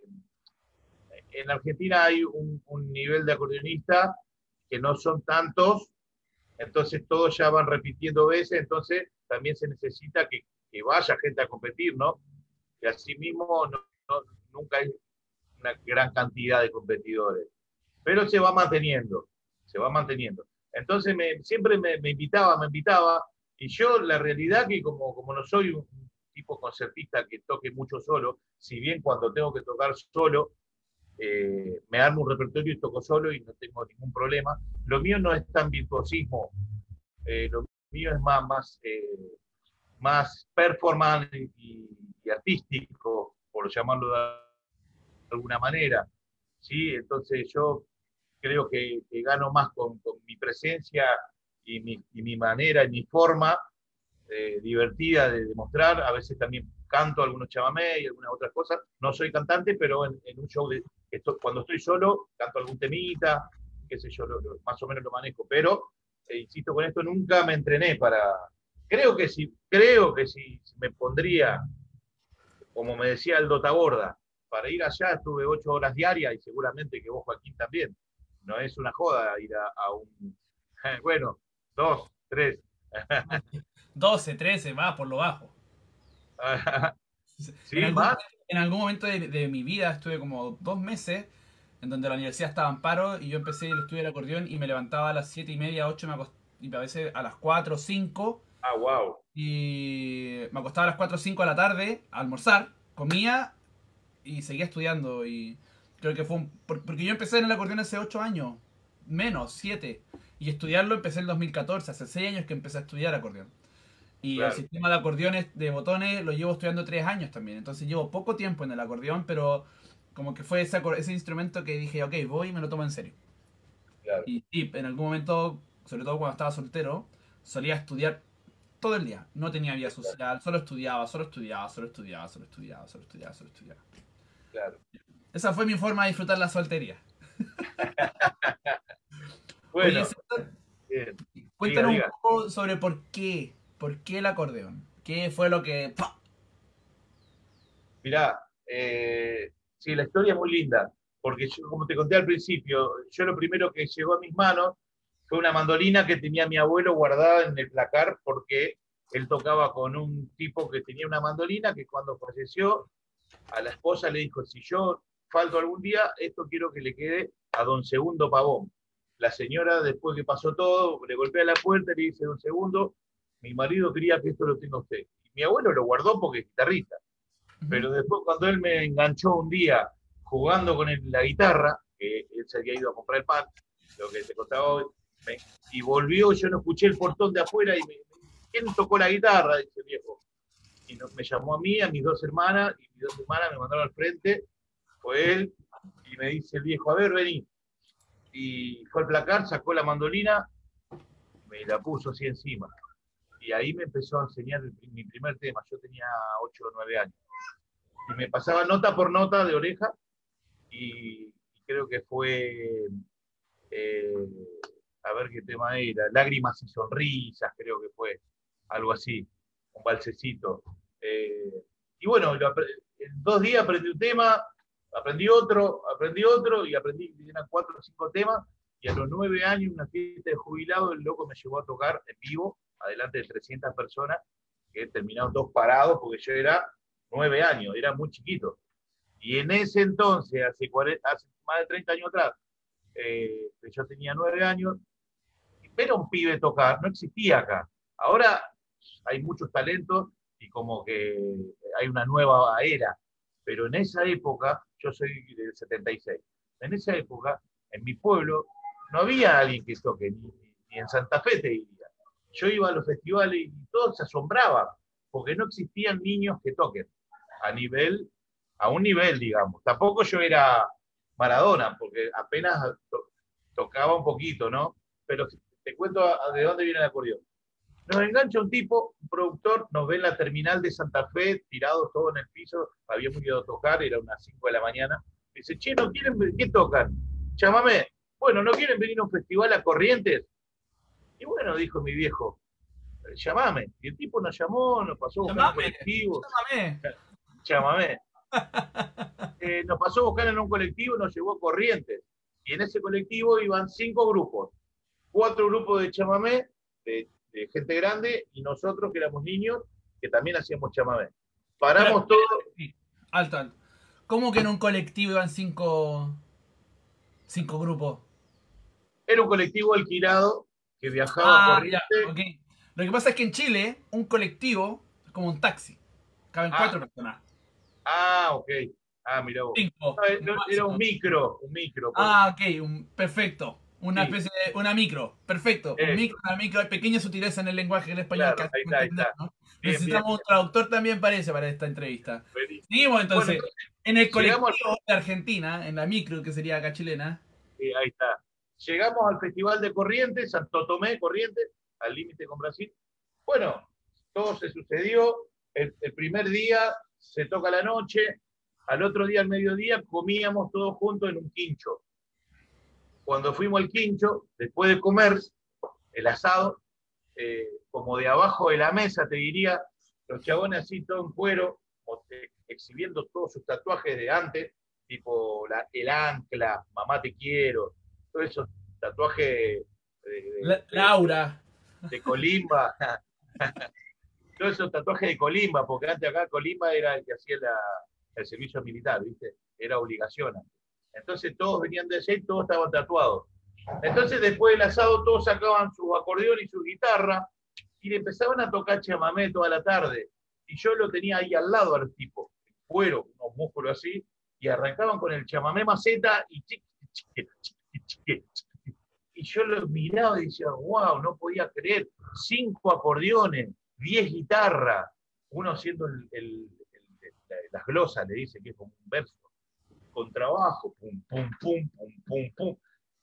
en Argentina hay un, un nivel de acordeonista que no son tantos, entonces todos ya van repitiendo veces, entonces también se necesita que, que vaya gente a competir, ¿no? Y asimismo no, no, nunca hay una gran cantidad de competidores, pero se va manteniendo, se va manteniendo. Entonces me, siempre me, me invitaba, me invitaba, y yo la realidad que como, como no soy un tipo concertista que toque mucho solo, si bien cuando tengo que tocar solo, eh, me armo un repertorio y toco solo y no tengo ningún problema. Lo mío no es tan virtuosismo, eh, lo mío es más, más, eh, más performance y, y, artístico, por llamarlo de alguna manera. ¿Sí? Entonces yo creo que, que gano más con, con, mi presencia y mi, y mi manera y mi forma eh, divertida de demostrar. A veces también canto algunos chamamé y algunas otras cosas. No soy cantante, pero en, en un show, de, esto, cuando estoy solo, canto algún temita, qué sé yo, lo, lo, más o menos lo manejo. Pero, eh, insisto con esto, nunca me entrené para... Creo que si, creo que si me pondría, como me decía Aldo Taborda, para ir allá estuve ocho horas diarias y seguramente que vos, Joaquín, también. No es una joda ir a, a un... Bueno, dos, tres. doce, trece, va por lo bajo. En Sí, algún, más. en algún momento de, de mi vida estuve como dos meses en donde la universidad estaba en paro y yo empecé el estudio del acordeón y me levantaba a las siete y media, ocho me acost- y a veces a las cuatro o cinco Ah, wow. y me acostaba a las cuatro o cinco de la tarde a almorzar, comía y seguía estudiando y creo que fue un... por- porque yo empecé en el acordeón hace ocho años, menos, siete y estudiarlo empecé en el dos mil catorce, hace seis años que empecé a estudiar acordeón. Y el Claro. sistema de acordeones de botones lo llevo estudiando tres años también. Entonces llevo poco tiempo en el acordeón, pero como que fue ese, acor- ese instrumento que dije, ok, voy y me lo tomo en serio. claro, Y, y en algún momento, sobre todo cuando estaba soltero, solía estudiar todo el día. No tenía vida social, solo estudiaba, solo estudiaba, solo estudiaba, solo estudiaba, solo estudiaba, solo estudiaba. claro. Esa fue mi forma de disfrutar la soltería. Oye, Bueno, César, bien. Diga, cuéntanos un diga. poco sobre por qué, por qué el acordeón. ¿Qué fue lo que... ¡pa! Mirá, eh, sí, la historia es muy linda, porque yo, como te conté al principio, yo lo primero que llegó a mis manos fue una mandolina que tenía mi abuelo guardada en el placar, porque él tocaba con un tipo que tenía una mandolina que cuando falleció, a la esposa le dijo, si yo falto algún día, esto quiero que le quede a don Segundo Pavón. La señora, después que pasó todo, le golpea la puerta y le dice, don Segundo, mi marido quería que esto lo tenga usted. Y mi abuelo lo guardó porque es guitarrista. Ujú. Pero después cuando él me enganchó un día jugando con el- la guitarra, que él se había ido a comprar el pan, lo que te contaba hoy, me- y volvió, yo no escuché el portón de afuera y me, ¿quién tocó la guitarra? Dice el viejo. Y no- me llamó a mí, a mis dos hermanas, y mis dos hermanas me mandaron al frente, fue él, y me dice el viejo, a ver, vení. Y fue al placar, sacó la mandolina, me la puso así encima. Y ahí me empezó a enseñar el- mi primer tema, yo tenía ocho o nueve años. Y me pasaba nota por nota de oreja, y, y creo que fue, eh, a ver qué tema era, Lágrimas y Sonrisas, creo que fue, algo así, un balsecito. Eh, y bueno, lo, en dos días aprendí un tema, aprendí otro, aprendí otro, y aprendí, eran cuatro o cinco temas, y a los nueve años, una fiesta de jubilado, el loco me llevó a tocar en vivo, adelante de trescientas personas, que terminaron todos parados, porque yo era nueve años, era muy chiquito. Y en ese entonces, hace, cuarenta, hace más de treinta años atrás, eh, yo tenía nueve años, ver a un pibe tocar no existía acá. Ahora hay muchos talentos y como que hay una nueva era, pero en esa época, yo soy del setenta y seis, en esa época, en mi pueblo, no había alguien que toque, ni, ni en Santa Fe te diría. Yo iba a los festivales y todos se asombraban, porque no existían niños que toquen a nivel, a un nivel, digamos. Tampoco yo era Maradona, porque apenas to tocaba un poquito, ¿no? Pero te cuento a, a de dónde viene el acordeón. Nos engancha un tipo, un productor, nos ve en la terminal de Santa Fe, tirados todos en el piso, habíamos ido a tocar, era unas cinco de la mañana. Dice, che, ¿no quieren ver qué tocan? Llámame. Bueno, ¿no quieren venir a un festival a Corrientes? Y bueno, dijo mi viejo, llamame. Y el tipo nos llamó, nos pasó a buscar en un Llámame, colectivo. llámame. Llámame. Eh, nos pasó a buscar en un colectivo y nos llevó a Corrientes. Y en ese colectivo iban cinco grupos. Cuatro grupos de chamamé, de, de gente grande, y nosotros que éramos niños, que también hacíamos chamamé. Espera, Paramos todo, sí, alto, alto. ¿Cómo que en un colectivo iban cinco, cinco grupos? era un colectivo alquilado que viajaba a Ah, ya, Corrientes. ok. Lo que pasa es que en Chile, un colectivo es como un taxi. Caben Ah, cuatro personas. ah, ok. Ah, mirá vos. Cinco, No, era un máximo. micro, un micro. Por, Ah, ok, un, perfecto. Una sí, especie de, una micro, perfecto. Un eso, micro, una micro, hay pequeña sutileza en el lenguaje del español que claro, hace ahí está, ahí entender, está. ¿no? Bien, bien, Necesitamos un bien. traductor también, parece, para esta entrevista. Buenísimo. Seguimos Bueno, entonces. entonces En el llegamos, colectivo de Argentina, en la micro, que sería acá chilena. sí, ahí está. Llegamos al Festival de Corrientes, Santo Tomé, Corrientes, al límite con Brasil. Bueno, todo se sucedió. El, el primer día se toca la noche, al otro día, al mediodía, comíamos todos juntos en un quincho. Cuando fuimos al quincho, después de comer el asado, eh, como de abajo de la mesa, te diría, los chabones así todo en cuero, exhibiendo todos sus tatuajes de antes, tipo la, el ancla, mamá te quiero, todos esos tatuajes de, de, La- de, Laura. de Colimba, todos esos tatuajes de Colimba, porque antes acá Colimba era el que hacía la, el servicio militar, ¿viste? Era obligación. Entonces todos venían de allá y todos estaban tatuados. Entonces después del asado todos sacaban su acordeón y su guitarra y le empezaban a tocar chamamé toda la tarde. Y yo lo tenía ahí al lado al tipo, cuero, unos músculos así, y arrancaban con el chamamé maceta y chiqui, chiqui, chiqui, chiqui, chiqui. Y yo lo miraba y decía, wow, no podía creer, cinco acordeones, diez guitarras, uno haciendo el, el, el, las glosas, le dice que es como un verso, con trabajo, pum, pum, pum, pum, pum, pum.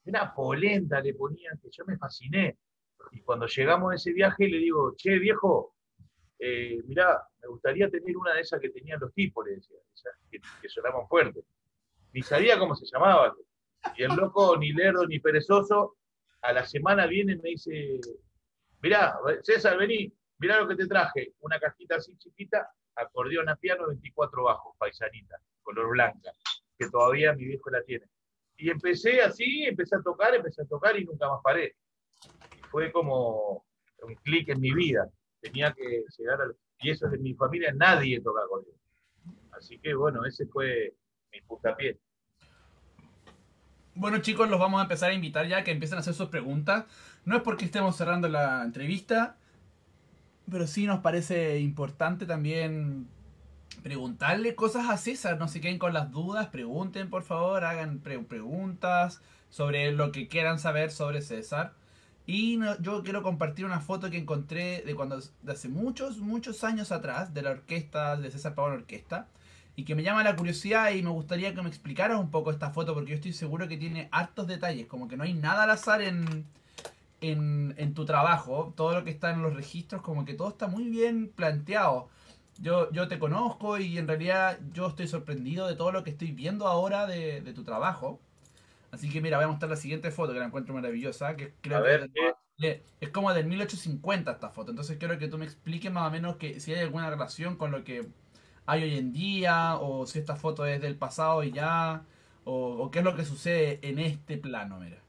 Una polenta le ponían que yo me fasciné. Y cuando llegamos a ese viaje le digo, che, viejo, eh, mirá, me gustaría tener una de esas que tenían los tipos, le decía, esas que, que sonaban fuerte. Ni sabía cómo se llamaba. Y el loco, ni lerdo ni perezoso, a la semana viene y me dice, mirá, César, vení, mirá lo que te traje. Una cajita así chiquita, acordeón a piano, veinticuatro bajos, paisanita, color blanca, que todavía mi viejo la tiene. Y empecé así, empecé a tocar, empecé a tocar y nunca más paré. Y fue como un clic en mi vida. Tenía que llegar al... Y eso de mi familia, nadie toca acordeón. Así que bueno, ese fue mi puntapié. Bueno, chicos, los vamos a empezar a invitar ya que empiecen a hacer sus preguntas. No es porque estemos cerrando la entrevista, pero sí nos parece importante también preguntarle cosas a César. No se queden con las dudas, pregunten por favor, hagan pre preguntas sobre lo que quieran saber sobre César. Y no, yo quiero compartir una foto que encontré de cuando de hace muchos, muchos años atrás, de la orquesta, de César Pavón Orquesta. Y que me llama la curiosidad y me gustaría que me explicaras un poco esta foto porque yo estoy seguro que tiene hartos detalles, como que no hay nada al azar en, en, en tu trabajo, todo lo que está en los registros, como que todo está muy bien planteado. Yo, yo te conozco y en realidad yo estoy sorprendido de todo lo que estoy viendo ahora de, de tu trabajo. Así que mira, voy a mostrar la siguiente foto que la encuentro maravillosa, que creo A que es, ver, del- ¿qué? de- es como del mil ochocientos cincuenta esta foto. Entonces quiero que tú me expliques más o menos que si hay alguna relación con lo que hay hoy en día, o si esta foto es del pasado y ya, o, o qué es lo que sucede en este plano, mira.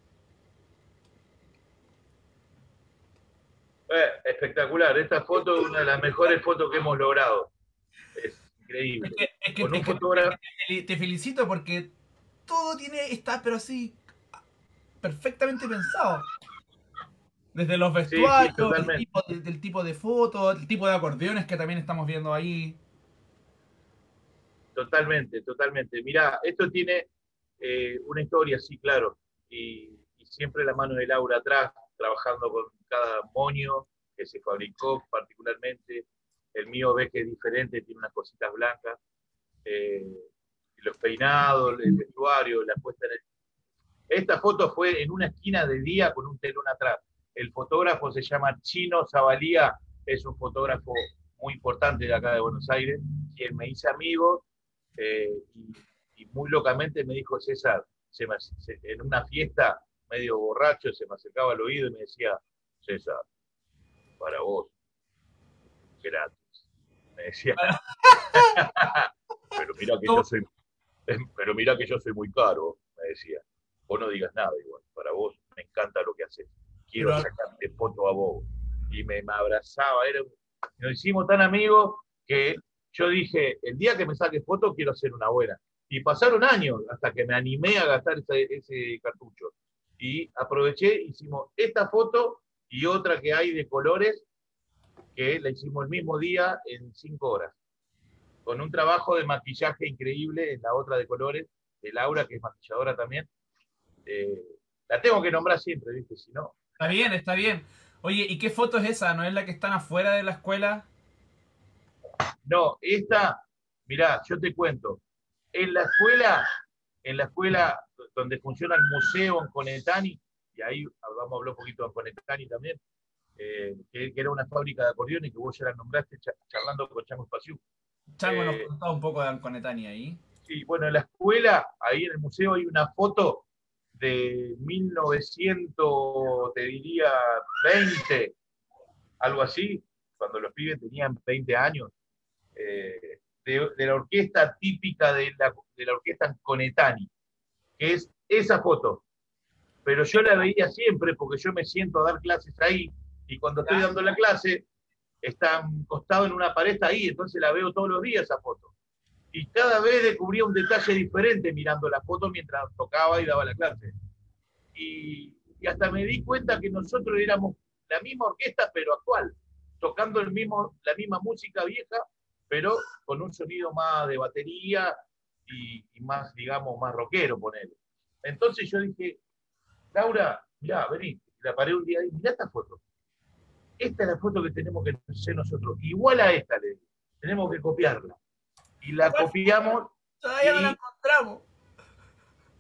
Eh, espectacular. Esta foto es una de las mejores fotos que hemos logrado. Es Es increíble. que, es que, Con es un que fotógrafo, te te felicito porque todo tiene, está pero así perfectamente pensado. Desde los sí, sí, vestuarios, el totalmente. tipo, de- del tipo de foto, el tipo de acordeones que también estamos viendo ahí. Totalmente, totalmente. Mirá, esto tiene eh, una historia, sí, claro, y, y siempre la mano de Laura atrás, trabajando con cada moño que se fabricó particularmente. El mío ve que es diferente, tiene unas cositas blancas. eh, y los peinados, el vestuario, la puesta en el... Esta foto fue en una esquina de día con un telón atrás. El fotógrafo se llama Chino Zabalía, es un fotógrafo muy importante de acá de Buenos Aires, quien me hizo amigo eh, y, y, muy locamente me dijo, César, se me, se, en una fiesta medio borracho, se me acercaba al oído y me decía, César, para vos, gratis. Me decía, pero mira que yo soy, pero mira que yo soy muy caro, me decía. Vos no digas nada igual, para vos me encanta lo que haces. Quiero Pero, sacarte foto a vos. Y me, me abrazaba, era, nos hicimos tan amigos que yo dije, el día que me saque foto quiero hacer una buena. Y pasaron años hasta que me animé a gastar ese, ese cartucho. Y aproveché, hicimos esta foto y otra que hay de colores, que la hicimos el mismo día en cinco horas. Con un trabajo de maquillaje increíble en la otra de colores, de Laura, que es maquilladora también. Eh, la tengo que nombrar siempre, ¿viste? Si no. está bien, está bien. Oye, ¿y qué foto es esa? ¿No es la que están afuera de la escuela? No, esta, mirá, yo te cuento. En la escuela, en la escuela donde funciona el museo en Conetani, y ahí vamos a hablar un poquito de Conetani también, eh, que, que, era una fábrica de acordeones que vos ya la nombraste charlando con Chango Espaciú. Chango nos Eh, contaba un poco de Anconetani ahí. sí, bueno, en la escuela, ahí en el museo hay una foto de mil novecientos, te diría, veinte, algo así, cuando los pibes tenían veinte años, eh, de, de la orquesta típica de la, de la orquesta Conetani, que es esa foto. Pero yo la veía siempre porque yo me siento a dar clases ahí y cuando estoy dando la clase está acostado en una pared ahí, entonces la veo todos los días esa foto. Y cada vez descubría un detalle diferente mirando la foto mientras tocaba y daba la clase. Y, y hasta me di cuenta que nosotros éramos la misma orquesta, pero actual, tocando el mismo, la misma música vieja, pero con un sonido más de batería y, y más, digamos, más rockero, ponele. Entonces yo dije, Laura, mirá, vení, la paré un día y mirá esta foto. Esta es la foto que tenemos que hacer nosotros, igual a esta, le digo. Tenemos que copiarla. Y la copiamos Todavía no la y encontramos.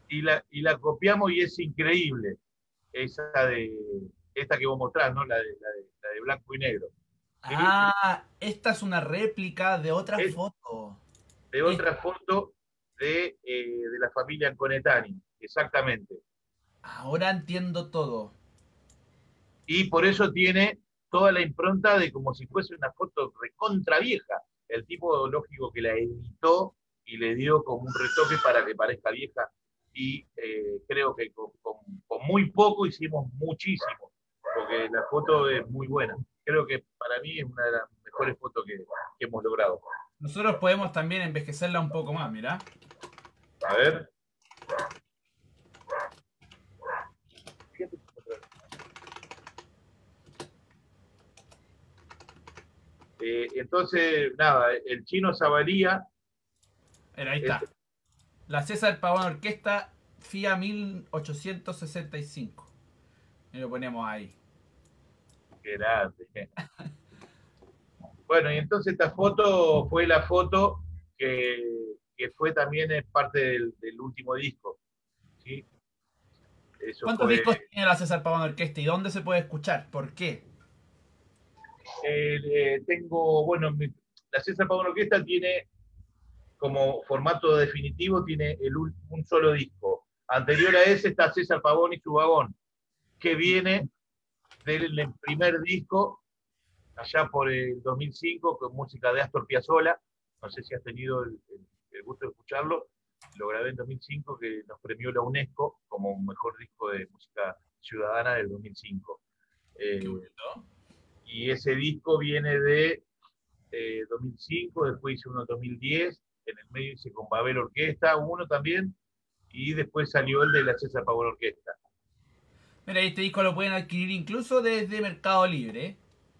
y la, y la copiamos y es increíble. Esa de, esta que vos mostrás, ¿no? La de, la de, la de blanco y negro. ¿Sí? Ah, esta es una réplica de otra Es foto. de Es- otra foto de, eh, de la familia Conetani, exactamente. ahora entiendo todo. Y por eso tiene toda la impronta de como si fuese una foto recontra vieja. El tipo, lógico, que la editó y le dio como un retoque para que parezca vieja. Y eh, creo que con, con, con muy poco hicimos muchísimo, porque la foto es muy buena. Creo que para mí es una de las mejores fotos que, que hemos logrado. Nosotros podemos también envejecerla un poco más, mira. A ver. Eh, entonces, nada, el Chino Zabalía. Mira, ahí Es, está. La César Pavón Orquesta F I A mil ochocientos sesenta y cinco. Y lo ponemos ahí. qué grande. Bueno, y entonces esta foto fue la foto que, que fue también parte del, del último disco. ¿Sí? Eso ¿Cuántos fue. discos tiene la César Pavón Orquesta y dónde se puede escuchar? ¿Por qué? Eh, eh, tengo, bueno, mi- la César Pavón Orquesta tiene como formato definitivo, tiene el, ul- un solo disco. Anterior a ese está César Pavón y su vagón, que viene del primer disco, allá por el dos mil cinco, con música de Astor Piazzolla. No sé si has tenido el, el- el gusto de escucharlo. Lo grabé en dos mil cinco, que nos premió la UNESCO como mejor disco de música ciudadana del dos mil cinco. Eh, Qué bonito. y ese disco viene de eh, dos mil cinco, después hice uno en dos mil diez, en el medio hice con Babel Orquesta, uno también, y después salió el de la César Pavón Orquesta. Mira, este disco lo pueden adquirir incluso desde Mercado Libre.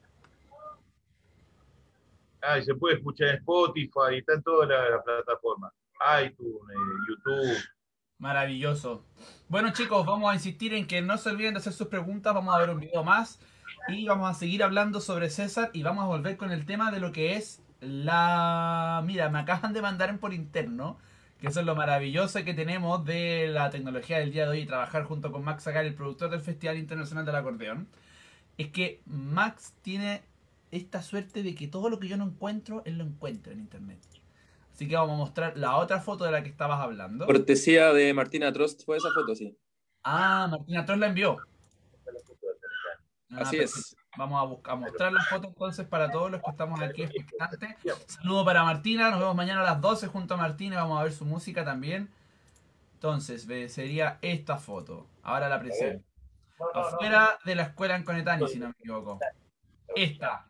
Ah, y se puede escuchar en Spotify, está en todas las la plataformas, iTunes, eh, YouTube. Maravilloso. Bueno, chicos, vamos a insistir en que no se olviden de hacer sus preguntas. Vamos a ver un video más y vamos a seguir hablando sobre César y vamos a volver con el tema de lo que es la... Mira, me acaban de mandar por interno, que eso es lo maravilloso que tenemos de la tecnología del día de hoy y trabajar junto con Max Agar, el productor del Festival Internacional del Acordeón. Es que Max tiene esta suerte de que todo lo que yo no encuentro, él lo encuentra en internet. Así que vamos a mostrar la otra foto de la que estabas hablando. Cortesía de Martina Trost fue esa foto, sí. Ah, Martina Tros la envió. Ah, Así perfecto. es. Vamos a, buscar, a mostrar la foto entonces para todos los que estamos aquí expectantes. Saludo para Martina, nos vemos mañana a las doce junto a Martina y vamos a ver su música también. Entonces, ve, sería esta foto. Ahora la presento. Afuera de la escuela en Conetani, si no me equivoco. Esta.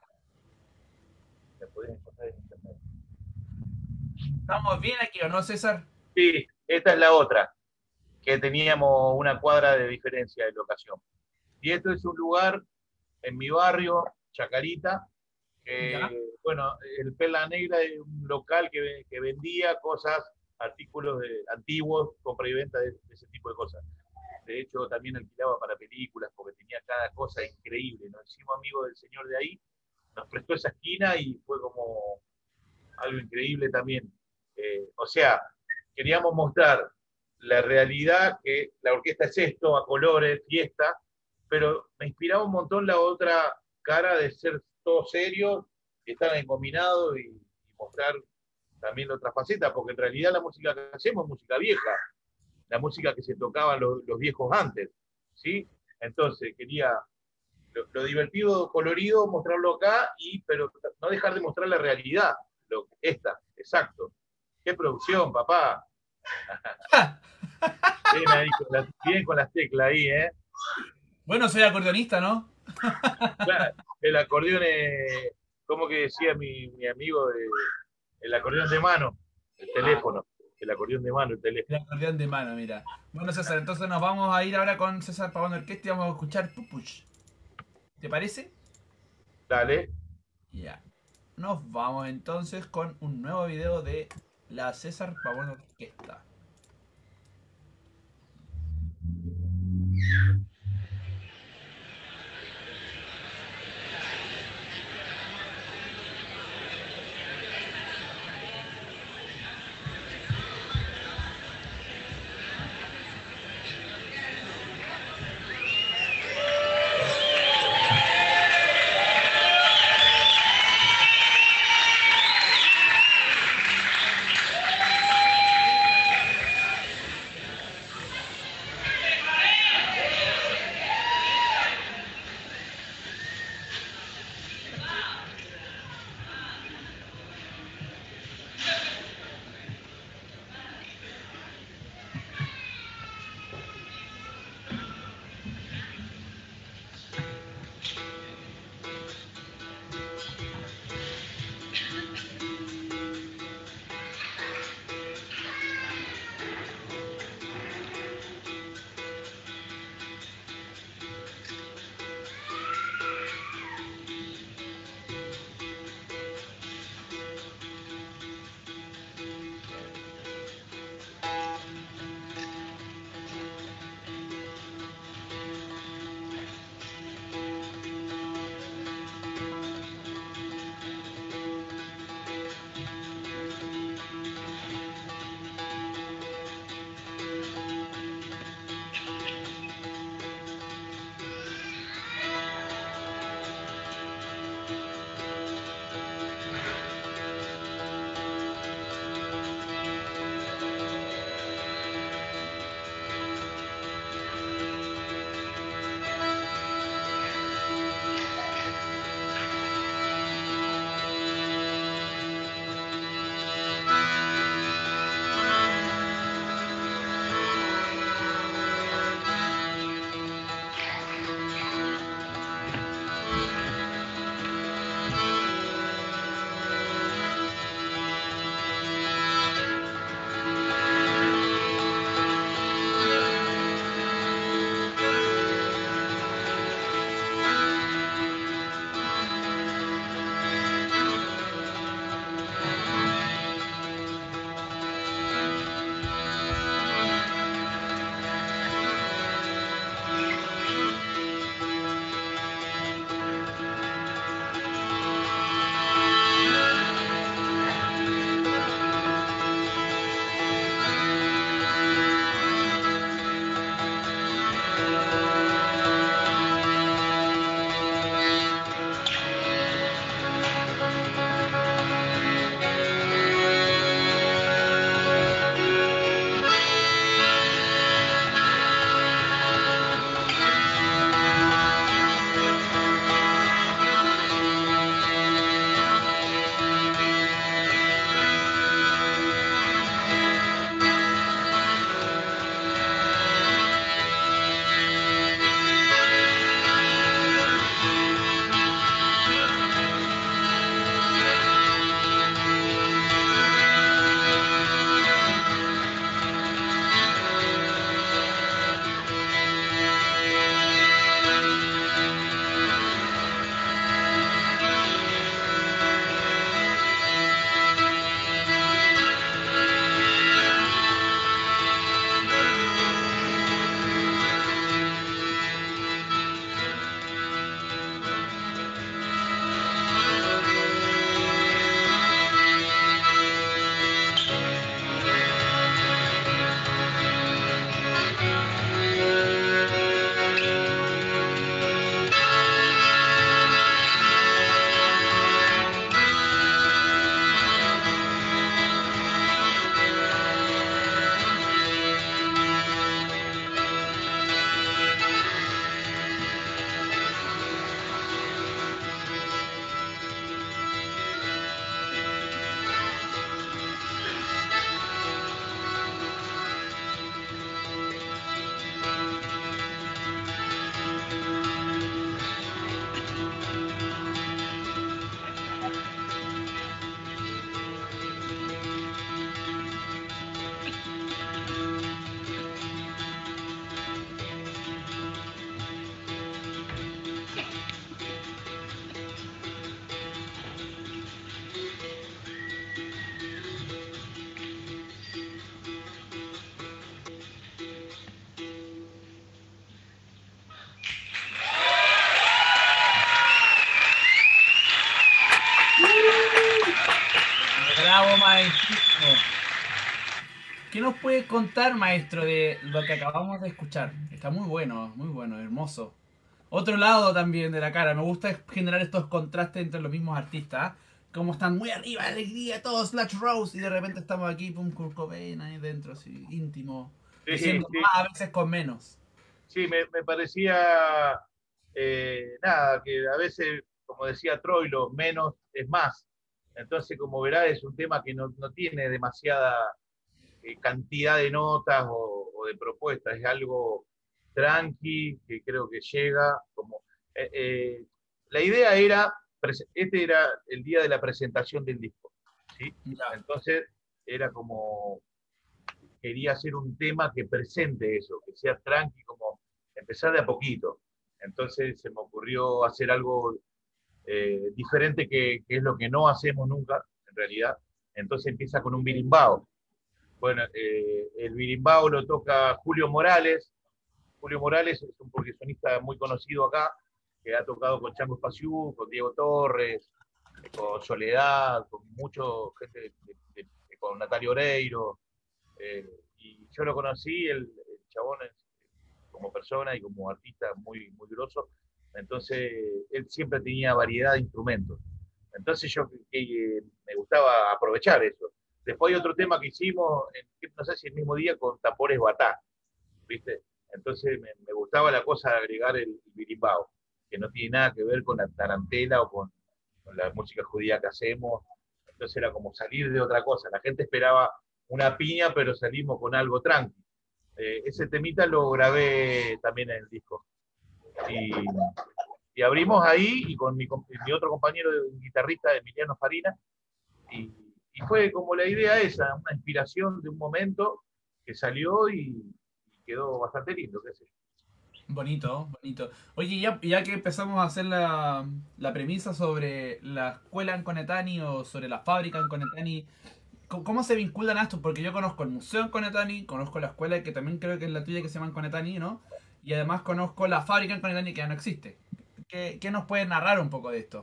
¿Estamos bien aquí o no, César? Sí, esta es la otra, que teníamos una cuadra de diferencia de locación. Y esto es un lugar en mi barrio, Chacarita, que, ¿Ya? bueno, el Perla Negra es un local que, que vendía cosas, artículos de, antiguos, compra y venta de, de ese tipo de cosas. De hecho, también alquilaba para películas, porque tenía cada cosa increíble. Nos hicimos amigos del señor de ahí, nos prestó esa esquina y fue como algo increíble también. Eh, o sea, queríamos mostrar la realidad, que la orquesta es esto, a colores, fiesta, pero me inspiraba un montón la otra cara de ser todos serios, estar encombinados y, y mostrar también la otra faceta, porque en realidad la música que hacemos es música vieja, la música que se tocaban los, los viejos antes, ¿sí? Entonces quería lo, lo divertido, colorido, mostrarlo acá, y, pero no dejar de mostrar la realidad, lo, esta, exacto. ¡Qué producción, papá! Bien ahí, con las, bien con las teclas ahí, ¿eh? Bueno, soy acordeonista, ¿no? Claro, el acordeón es, como que decía mi, mi amigo, de, el acordeón de mano, el teléfono, el acordeón de mano, el El teléfono. acordeón de mano, mira. Bueno, César, entonces nos vamos a ir ahora con César Pavón Orquesta y vamos a escuchar Pupuch. ¿Te parece? Dale. Ya. Nos vamos entonces con un nuevo video de la César Pavón Orquesta. maestrísimo. ¿Qué nos puede contar, maestro, de lo que acabamos de escuchar? Está muy bueno, muy bueno, hermoso. Otro lado también de la cara. Me gusta generar estos contrastes entre los mismos artistas. ¿Eh? Como están muy arriba, alegría, todos Slash Rose, y de repente estamos aquí, pum, Kurt Cobain ahí dentro, así, íntimo. Sí, Diciendo sí, más a veces con menos. sí, me, me parecía, eh, nada, que a veces, como decía Troilo, menos es más. Entonces, como verás, es un tema que no, no tiene demasiada eh, cantidad de notas o, o de propuestas, es algo tranqui, que creo que llega, como... eh, eh, la idea era, este era el día de la presentación del disco, ¿sí? Ya. Entonces, era como, quería hacer un tema que presente eso, que sea tranqui, como empezar de a poquito. Entonces se me ocurrió hacer algo eh, diferente que, que es lo que no hacemos nunca, en realidad. Entonces empieza con un birimbao. Bueno, eh, el birimbao lo toca Julio Morales. Julio Morales es un percusionista muy conocido acá, que ha tocado con Chango Espaciú, con Diego Torres, con Soledad, con mucho gente, de, de, de, con Natalia Oreiro. Eh, y yo lo conocí, el, el chabón es, como persona y como artista muy, muy grosso. Entonces, él siempre tenía variedad de instrumentos. Entonces, yo eh, me gustaba aprovechar eso. Después hay otro tema que hicimos, en, no sé si el mismo día, con tambores batá, ¿viste? Entonces, me, me gustaba la cosa de agregar el, el birimbao, que no tiene nada que ver con la tarantela o con, con la música judía que hacemos. Entonces, era como salir de otra cosa. La gente esperaba una piña, pero salimos con algo tranqui. Eh, ese temita lo grabé también en el disco. Y, y abrimos ahí y con mi, mi otro compañero, un guitarrista, Emiliano Farina, y, y fue como la idea esa, una inspiración de un momento que salió y, y quedó bastante lindo, qué sé yo. Bonito, bonito. Oye, ya, ya que empezamos a hacer la, la premisa sobre la escuela en Conetani o sobre la fábrica en Conetani, ¿cómo cómo se vinculan a esto? Porque yo conozco el museo en Conetani, conozco la escuela que también creo que es la tuya que se llama en Conetani, ¿no? Y además conozco la fábrica en Conetani que ya no existe. ¿Qué, qué nos puede narrar un poco de esto?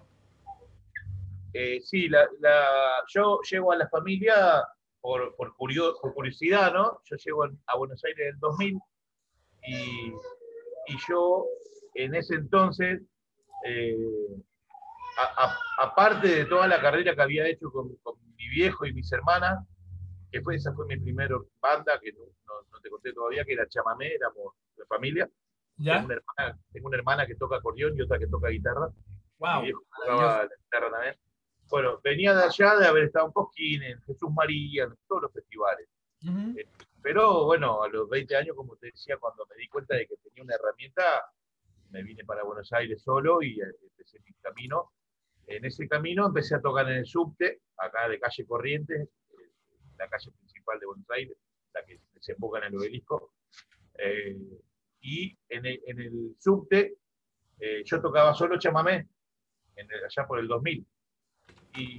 Eh, sí, la, la, yo llego a la familia por, por, curio, por curiosidad, ¿no? Yo llego a Buenos Aires en el dos mil y, y yo en ese entonces, eh, a, a, aparte de toda la carrera que había hecho con, con mi viejo y mis hermanas, que fue, esa fue mi primera banda, que no, no, no te conté todavía, que era Chamamé, éramos de familia. Tengo ¿Ya? una, hermana, tengo una hermana que toca acordeón y otra que toca guitarra. Mi Wow, viejo maravilloso. tocaba la guitarra también. Bueno, venía de allá de haber estado en Cosquín, en Jesús María, en todos los festivales. Ujú. Eh, pero bueno, a los veinte años, como te decía, cuando me di cuenta de que tenía una herramienta, me vine para Buenos Aires solo y eh, empecé mi camino. En ese camino empecé a tocar en el subte, acá de calle Corrientes, eh, la calle principal de Buenos Aires, la que desemboca en el obelisco. Eh, y en el, en el subte eh, yo tocaba solo chamamé, en el, allá por el dos mil. Y,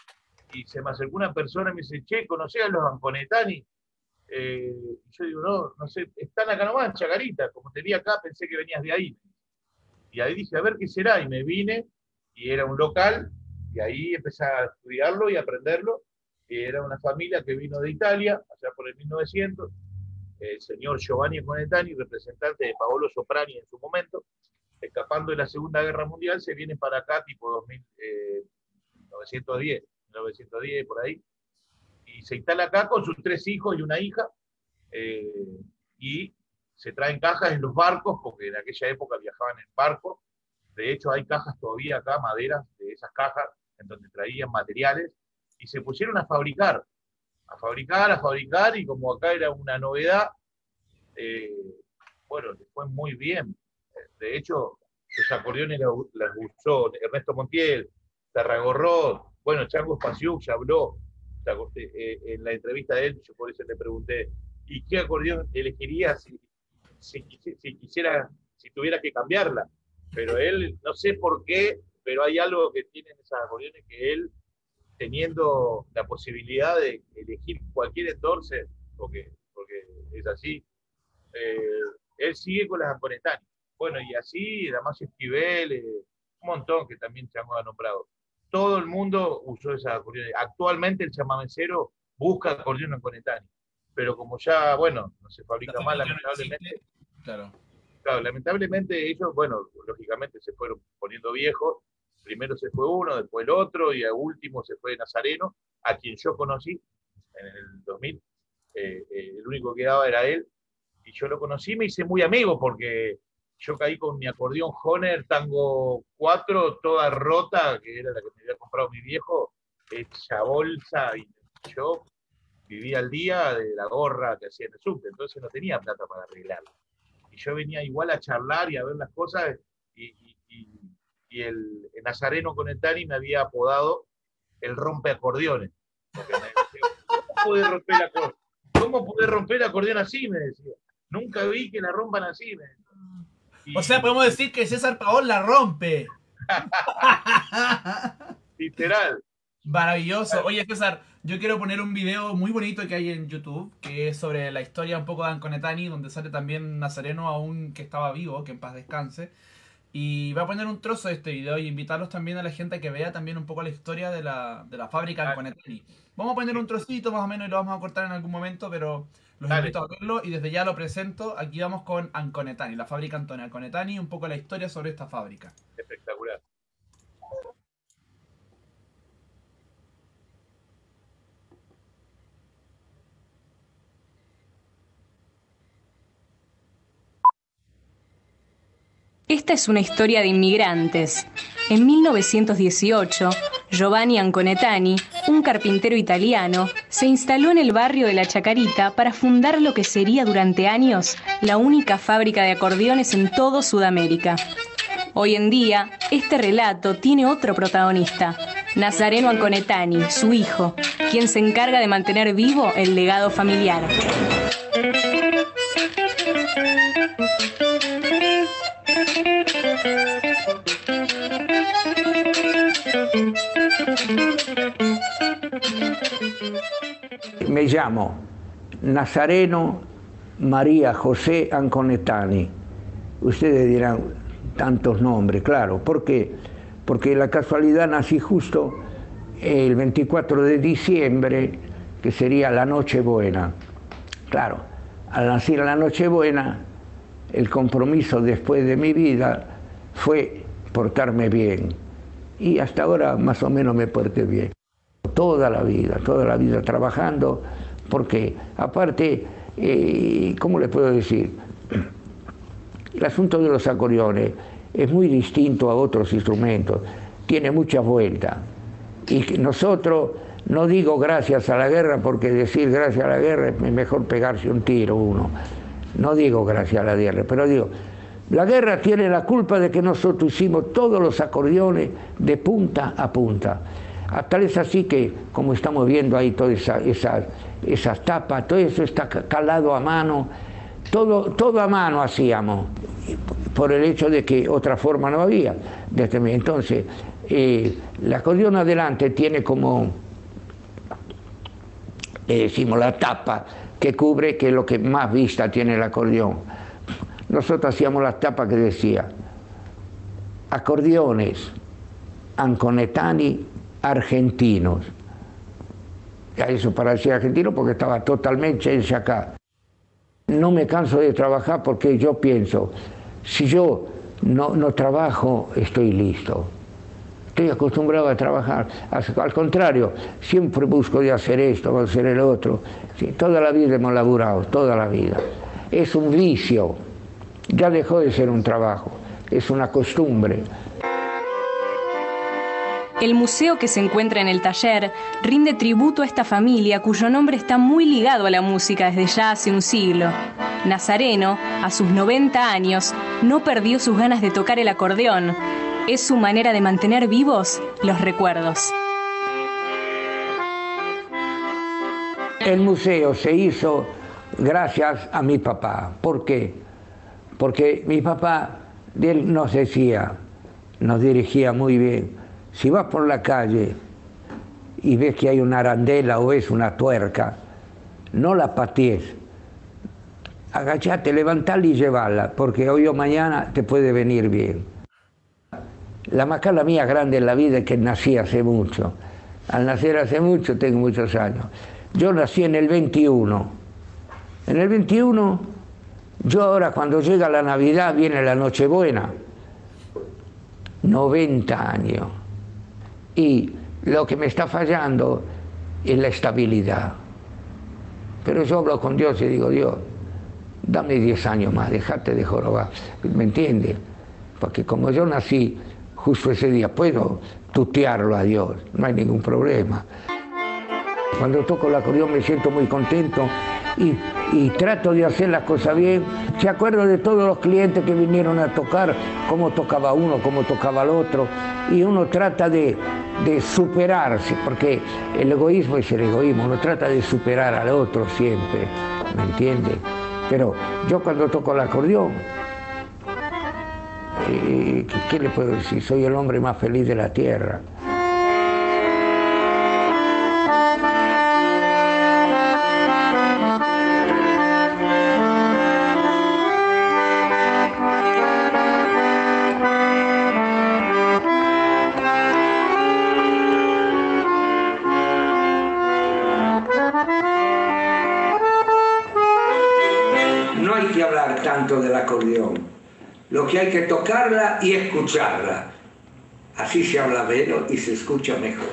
y se me acercó una persona y me dice, che, ¿conocés a los Anconetani? Eh, y yo digo, no, no sé, están acá nomás, en Chacarita, como te vi acá, pensé que venías de ahí. Y ahí dije, a ver qué será, y me vine, y era un local, y ahí empecé a estudiarlo y a aprenderlo. Y era una familia que vino de Italia, allá por el mil novecientos, el señor Giovanni Conetani, representante de Paolo Soprani en su momento, escapando de la Segunda Guerra Mundial, se viene para acá tipo dos mil, eh, novecientos diez, novecientos diez por ahí, y se instala acá con sus tres hijos y una hija, eh, y se traen cajas en los barcos, porque en aquella época viajaban en barcos. De hecho, hay cajas todavía acá, maderas de esas cajas, en donde traían materiales, y se pusieron a fabricar, a fabricar, a fabricar, y como acá era una novedad, eh, bueno, les fue muy bien. De hecho, los acordeones los usó Ernesto Montiel, Tarragorró, bueno, Chango Espaciú ya habló eh, en la entrevista de él, yo por eso le pregunté, ¿y qué acordeón elegiría si, si, si quisiera, si tuviera que cambiarla? Pero él, no sé por qué, pero hay algo que tienen esas acordeones que él, teniendo la posibilidad de elegir cualquier endorse, porque, porque es así, eh, él sigue con las Anconetani. Bueno, y así, Damasio Esquivel, eh, un montón que también Chango ha nombrado. todo el mundo usó esa acordeón. Actualmente el chamamecero busca acordeón en Conetani, pero como ya, bueno, no se fabrica más, lamentablemente. Claro. Claro, lamentablemente ellos, bueno, lógicamente se fueron poniendo viejos. Primero se fue uno, después el otro, y al último se fue Nazareno, a quien yo conocí en el dos mil. Eh, eh, el único que daba era él, y yo lo conocí, me hice muy amigo, porque yo caí con mi acordeón Honer Tango cuatro, toda rota, que era la que me había comprado mi viejo, hecha bolsa, y yo vivía al día de la gorra que hacía en el subte, entonces no tenía plata para arreglarla. Y yo venía igual a charlar y a ver las cosas, y, y, y, y el, el Nazareno Conetani me había apodado el rompeacordeones. Porque me decía, ¿cómo podés romper el acordeón? ¿Cómo podés romper el acordeón así? Me decía. Nunca vi que la rompan así. Me decía. Y, o sea, podemos decir que César Pavón la rompe. Literal. Maravilloso. Oye, César, yo quiero poner un video muy bonito que hay en YouTube, que es sobre la historia un poco de Anconetani, donde sale también Nazareno, aún que estaba vivo, que en paz descanse. Y voy a poner un trozo de este video y invitarlos también a la gente a que vea también un poco la historia de la, de la fábrica Anconetani. Vamos a poner un trocito más o menos y lo vamos a cortar en algún momento, pero los Dale. invito a verlo y desde ya lo presento. Aquí vamos con Anconetani, la fábrica Antonio Anconetani, y un poco la historia sobre esta fábrica. Espectacular. Esta es una historia de inmigrantes. En mil novecientos dieciocho, Giovanni Anconetani, un carpintero italiano, se instaló en el barrio de La Chacarita para fundar lo que sería durante años la única fábrica de acordeones en todo Sudamérica. Hoy en día, este relato tiene otro protagonista, Nazareno Anconetani, su hijo, quien se encarga de mantener vivo el legado familiar. Me llamo Nazareno María José Anconetani. Ustedes dirán tantos nombres, claro. ¿Por qué? Porque la casualidad nací justo el veinticuatro de diciembre, que sería la Nochebuena. Claro, al nacer la Nochebuena, el compromiso después de mi vida fue portarme bien. Y hasta ahora más o menos me porté bien. Toda la vida, toda la vida trabajando, porque aparte, eh, ¿cómo le puedo decir? El asunto de los acordeones es muy distinto a otros instrumentos, tiene mucha vuelta. Y nosotros, no digo gracias a la guerra, porque decir gracias a la guerra es mejor pegarse un tiro uno. No digo gracias a la guerra, pero digo, la guerra tiene la culpa de que nosotros hicimos todos los acordeones de punta a punta. Tal es así que, como estamos viendo ahí, todas esas esa, esa tapas, todo eso está calado a mano, todo, todo a mano hacíamos, por el hecho de que otra forma no había. Entonces, eh, el acordeón adelante tiene como, le decimos, la tapa que cubre, que es lo que más vista tiene el acordeón. Nosotros hacíamos la tapa que decía, acordeones Anconetani argentinos. Eso para decir argentino porque estaba totalmente hecho acá. No me canso de trabajar porque yo pienso, si yo no, no trabajo, estoy listo. Estoy acostumbrado a trabajar. Al contrario, siempre busco de hacer esto, de hacer el otro. Sí, toda la vida hemos laburado, toda la vida. Es un vicio. Ya dejó de ser un trabajo, es una costumbre. El museo que se encuentra en el taller rinde tributo a esta familia cuyo nombre está muy ligado a la música desde ya hace un siglo. Nazareno, a sus noventa años, no perdió sus ganas de tocar el acordeón. Es su manera de mantener vivos los recuerdos. El museo se hizo gracias a mi papá. ¿Por qué? Porque mi papá, él nos decía, nos dirigía muy bien, si vas por la calle y ves que hay una arandela o es una tuerca, no la patees, agachate, levantala y llevala, porque hoy o mañana te puede venir bien. La macana mía grande en la vida es que nací hace mucho. Al nacer hace mucho tengo muchos años. Yo nací en el veintiuno. En el veintiuno, yo ahora cuando llega la Navidad, viene la Nochebuena. noventa años. Y lo que me está fallando es la estabilidad. Pero yo hablo con Dios y digo, Dios, dame diez años más, dejate de jorobar. ¿Me entiendes? Porque como yo nací justo ese día, puedo tutearlo a Dios, no hay ningún problema. Cuando toco el acordeón me siento muy contento y, y trato de hacer las cosas bien. Se acuerdo de todos los clientes que vinieron a tocar, cómo tocaba uno, cómo tocaba el otro, y uno trata de, de superarse, porque el egoísmo es el egoísmo, uno trata de superar al otro siempre, ¿me entiende? Pero yo cuando toco el acordeón, eh, ¿qué, ¿qué le puedo decir? Soy el hombre más feliz de la tierra. No hay que hablar tanto del acordeón, lo que hay que tocarla y escucharla. Así se habla menos y se escucha mejor.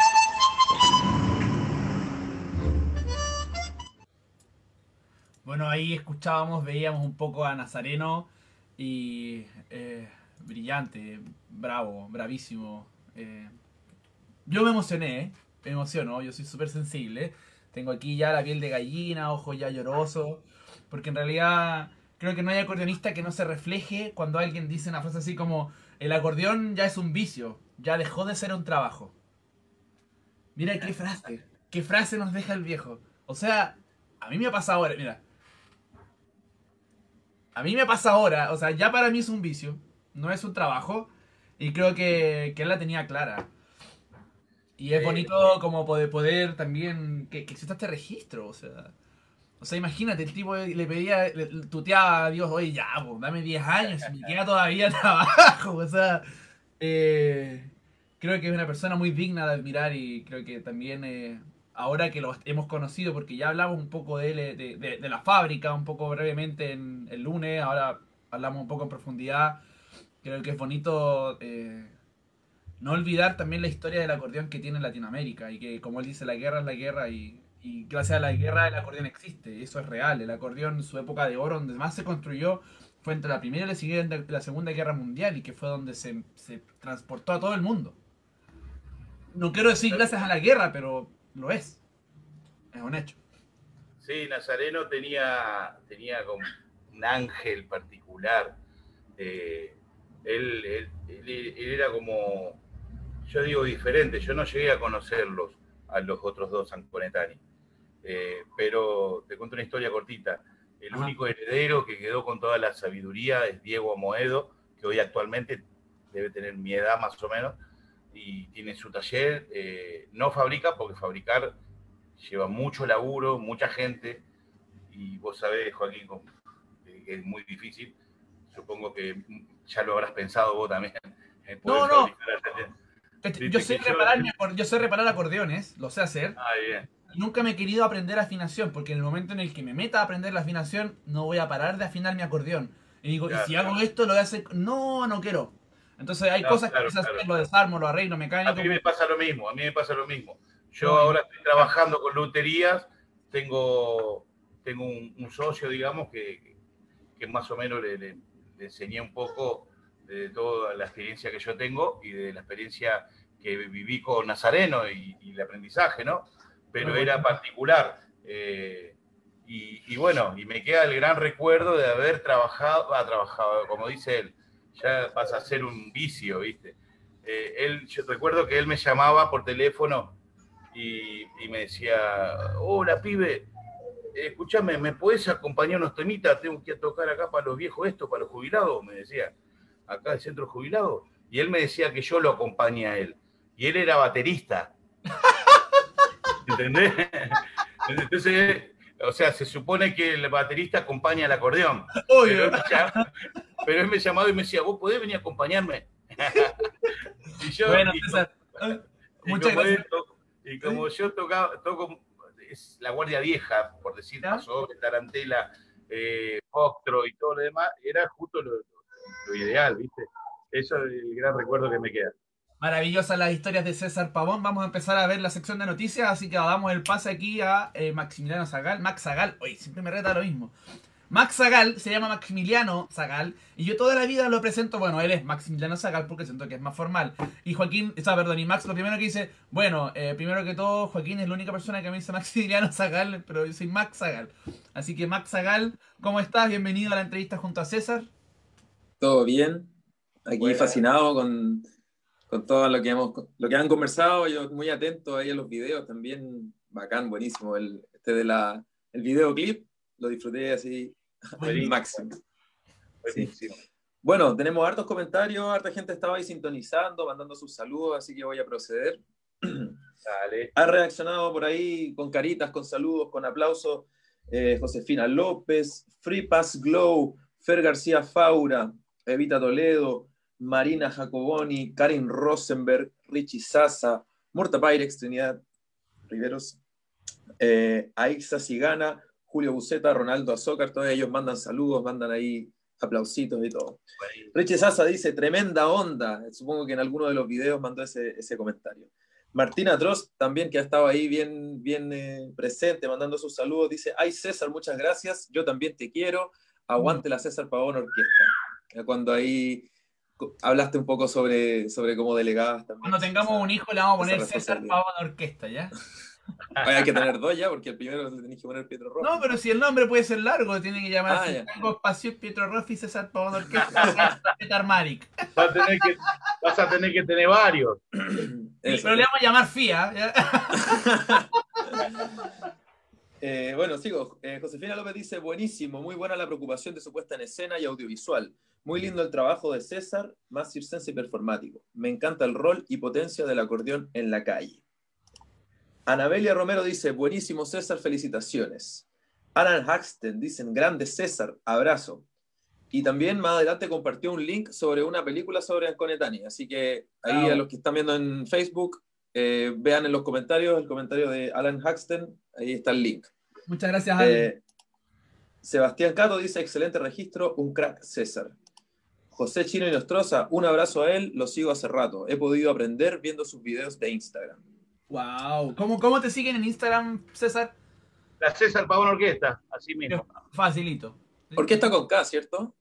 Bueno, ahí escuchábamos, veíamos un poco a Nazareno y eh, brillante, bravo, bravísimo. Eh, yo me emocioné, ¿eh? Me emociono, yo soy súper sensible. Tengo aquí ya la piel de gallina, ojos ya llorosos, porque en realidad creo que no hay acordeonista que no se refleje cuando alguien dice una frase así como el acordeón ya es un vicio, ya dejó de ser un trabajo. Mira qué frase, qué frase nos deja el viejo. O sea, a mí me pasa ahora, mira. A mí me pasa ahora, o sea, ya para mí es un vicio, no es un trabajo, y creo que, que él la tenía clara. Y es bonito como poder, poder también que, que exista este registro, o sea... O sea, imagínate, el tipo le pedía, le tuteaba a Dios, oye, ya, pues, dame diez años y me queda todavía trabajo, o sea... Eh, creo que es una persona muy digna de admirar y creo que también... Eh, ahora que lo hemos conocido, porque ya hablamos un poco de él, de, de, de la fábrica, un poco brevemente en el lunes, ahora hablamos un poco en profundidad. Creo que es bonito eh, no olvidar también la historia del acordeón que tiene en Latinoamérica y que, como él dice, la guerra es la guerra y, y gracias a la guerra el acordeón existe, eso es real. El acordeón, su época de oro, donde más se construyó, fue entre la Primera y la, siguiente, la Segunda Guerra Mundial y que fue donde se, se transportó a todo el mundo. No quiero decir gracias a la guerra, pero... lo es. Es un hecho. Sí, Nazareno tenía, tenía como un ángel particular. Eh, él, él, él, él era como, yo digo, diferente. Yo no llegué a conocerlos, a los otros dos Anconetani. Eh, pero te cuento una historia cortita. El Ajá. único heredero que quedó con toda la sabiduría es Diego Amoedo, que hoy actualmente debe tener mi edad más o menos, y tiene su taller, eh, no fabrica, porque fabricar lleva mucho laburo, mucha gente, y vos sabés, Joaquín, que es muy difícil. Supongo que ya lo habrás pensado vos también. En No, poder no. fabricar. Yo sé, reparar, yo sé reparar acordeones, lo sé hacer. Ah, bien. Nunca me he querido aprender afinación, porque en el momento en el que me meta a aprender la afinación, no voy a parar de afinar mi acordeón. Y digo, Claro, y si claro. hago esto, lo voy a hacer... No, no quiero. Entonces hay No, cosas claro, que quizás claro. lo desarmo, lo arreglo, mecánico. A mí me pasa lo mismo, a mí me pasa lo mismo. Yo No, ahora estoy trabajando con luterías, tengo, tengo un, un socio, digamos, que, que más o menos le, le, le enseñé un poco de toda la experiencia que yo tengo y de la experiencia que viví con Nazareno y, y el aprendizaje, ¿no? Pero Muy era bueno. particular. Eh, y, y bueno, y me queda el gran recuerdo de haber trabajado, ha trabajado, como dice él, ya pasa a ser un vicio, ¿viste? Eh, él, yo recuerdo que él me llamaba por teléfono y, y me decía, hola, pibe, eh, escúchame, ¿me podés acompañar unos temitas? Tengo que ir a tocar acá para los viejos esto, para los jubilados, me decía, acá del centro jubilado. Y él me decía que yo lo acompañe a él. Y él era baterista. ¿Entendés? Entonces, o sea, se supone que el baterista acompaña al acordeón. Pero Obvio. él, me llamaba, pero él me llamaba y me decía, ¿vos podés venir a acompañarme? Y yo, Bueno, y César, como, eh, y muchas como gracias. esto- y como yo tocaba, toco, es la guardia vieja, por decir, ¿Ya? pasó, tarantela, eh, Foxtrot y todo lo demás, era justo lo, lo- lo ideal, ¿viste? Eso es el gran recuerdo que me queda. Maravillosas las historias de César Pavón. Vamos a empezar a ver la sección de noticias, así que damos el pase aquí a eh, Maximiliano Zagal. Max Zagal, oye, siempre me reta lo mismo. Max Zagal se llama Maximiliano Zagal y yo toda la vida lo presento, bueno, él es Maximiliano Zagal porque siento que es más formal. Y Joaquín, o sea, perdón, y Max lo primero que dice, bueno, eh, primero que todo, Joaquín es la única persona que me dice Maximiliano Zagal, pero yo soy Max Zagal. Así que Max Zagal, ¿cómo estás? Bienvenido a la entrevista junto a César. ¿Todo bien? Aquí Buena. fascinado con, con todo lo que, hemos, lo que han conversado. Yo muy atento ahí a los videos también. Bacán, buenísimo. El, este de la, el videoclip lo disfruté así al Buenísimo. máximo. Sí. Buenísimo. Bueno, tenemos hartos comentarios, harta gente estaba ahí sintonizando, mandando sus saludos, así que voy a proceder. Dale. Ha reaccionado por ahí con caritas, con saludos, con aplausos. Eh, Josefina López, Free Pass Glow, Fer García Faura, Evita Toledo, Marina Jacoboni, Karin Rosenberg, Richie Sasa, Murta Pyrex, Trinidad Riveros, eh, Aixa Cigana, Julio Buceta, Ronaldo Azócar, todos ellos mandan saludos, mandan ahí aplausitos y todo. Buenísimo. Richie Sasa dice, tremenda onda. Supongo que en alguno de los videos mandó ese, ese comentario. Martina Trost, también que ha estado ahí bien, bien eh, presente, mandando sus saludos, dice, ay César, muchas gracias, yo también te quiero, aguante la César Pavón Orquesta. Cuando ahí hablaste un poco sobre, sobre cómo delegabas también. Cuando tengamos esa, un hijo le vamos a poner esa César responsabilidad. Pavón Orquesta, ¿ya? Ay, hay que tener dos ya, porque el primero le tenés que poner Pietro Rojo. No, pero si el nombre puede ser largo, tiene que llamarse Ah, ya. Tango Espacio Pietro Rossi, César Pavón Orquesta, Petar Maric. Vas a, tener que, vas a tener que tener varios. Eso. Pero le vamos a llamar Fía. ¿ya? Eh, bueno, sigo. Eh, Josefina López dice, buenísimo, muy buena la preocupación de su puesta en escena y audiovisual. Muy lindo el trabajo de César, más circense y performático. Me encanta el rol y potencia del acordeón en la calle. Anabelia Romero dice, buenísimo César, felicitaciones. Alan Haxton dicen, grande César, abrazo. Y también más adelante compartió un link sobre una película sobre Anconetani. Así que ahí Ah, a los que están viendo en Facebook, eh, vean en los comentarios el comentario de Alan Haxton, ahí está el link. Muchas gracias, Ale. Eh, Sebastián Cato dice, excelente registro, un crack César. José Chino y Nostroza, un abrazo a él, lo sigo hace rato. He podido aprender viendo sus videos de Instagram. Wow. ¿Cómo, ¿Cómo te siguen en Instagram, César? La César Pavón Orquesta, así mismo. Facilito. Orquesta con K, ¿cierto?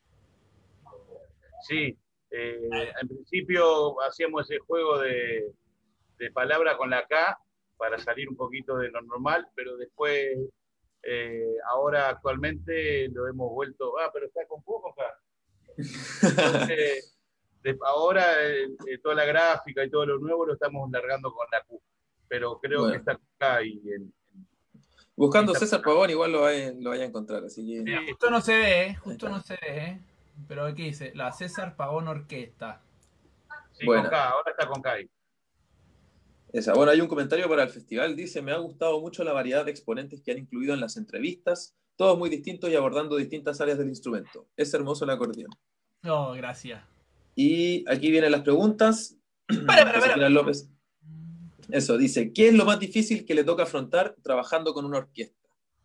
Sí. Eh, en principio hacíamos ese juego de, de palabra con la K para salir un poquito de lo normal, pero después, eh, ahora actualmente lo hemos vuelto, ah, pero está con poco K. Entonces, de, ahora eh, eh, toda la gráfica y todo lo nuevo lo estamos largando con la Q, pero creo Bueno. que está acá y en, Buscando Está- César Pavón igual lo vaya, lo vaya a encontrar, así que... Sí. Justo no se ve, ¿eh? Justo Ahí no está. se ve, ¿eh? Pero aquí dice, la César Pavón Orquesta. sí, Bueno. con K, ahora está con K. Esa. Bueno, hay un comentario para el festival, dice, me ha gustado mucho la variedad de exponentes que han incluido en las entrevistas, todos muy distintos y abordando distintas áreas del instrumento. Es hermoso el acordeón. No, gracias. Y aquí vienen las preguntas. Espera, espera, Josefina López. Eso, dice, ¿qué es lo más difícil que le toca afrontar trabajando con una orquesta?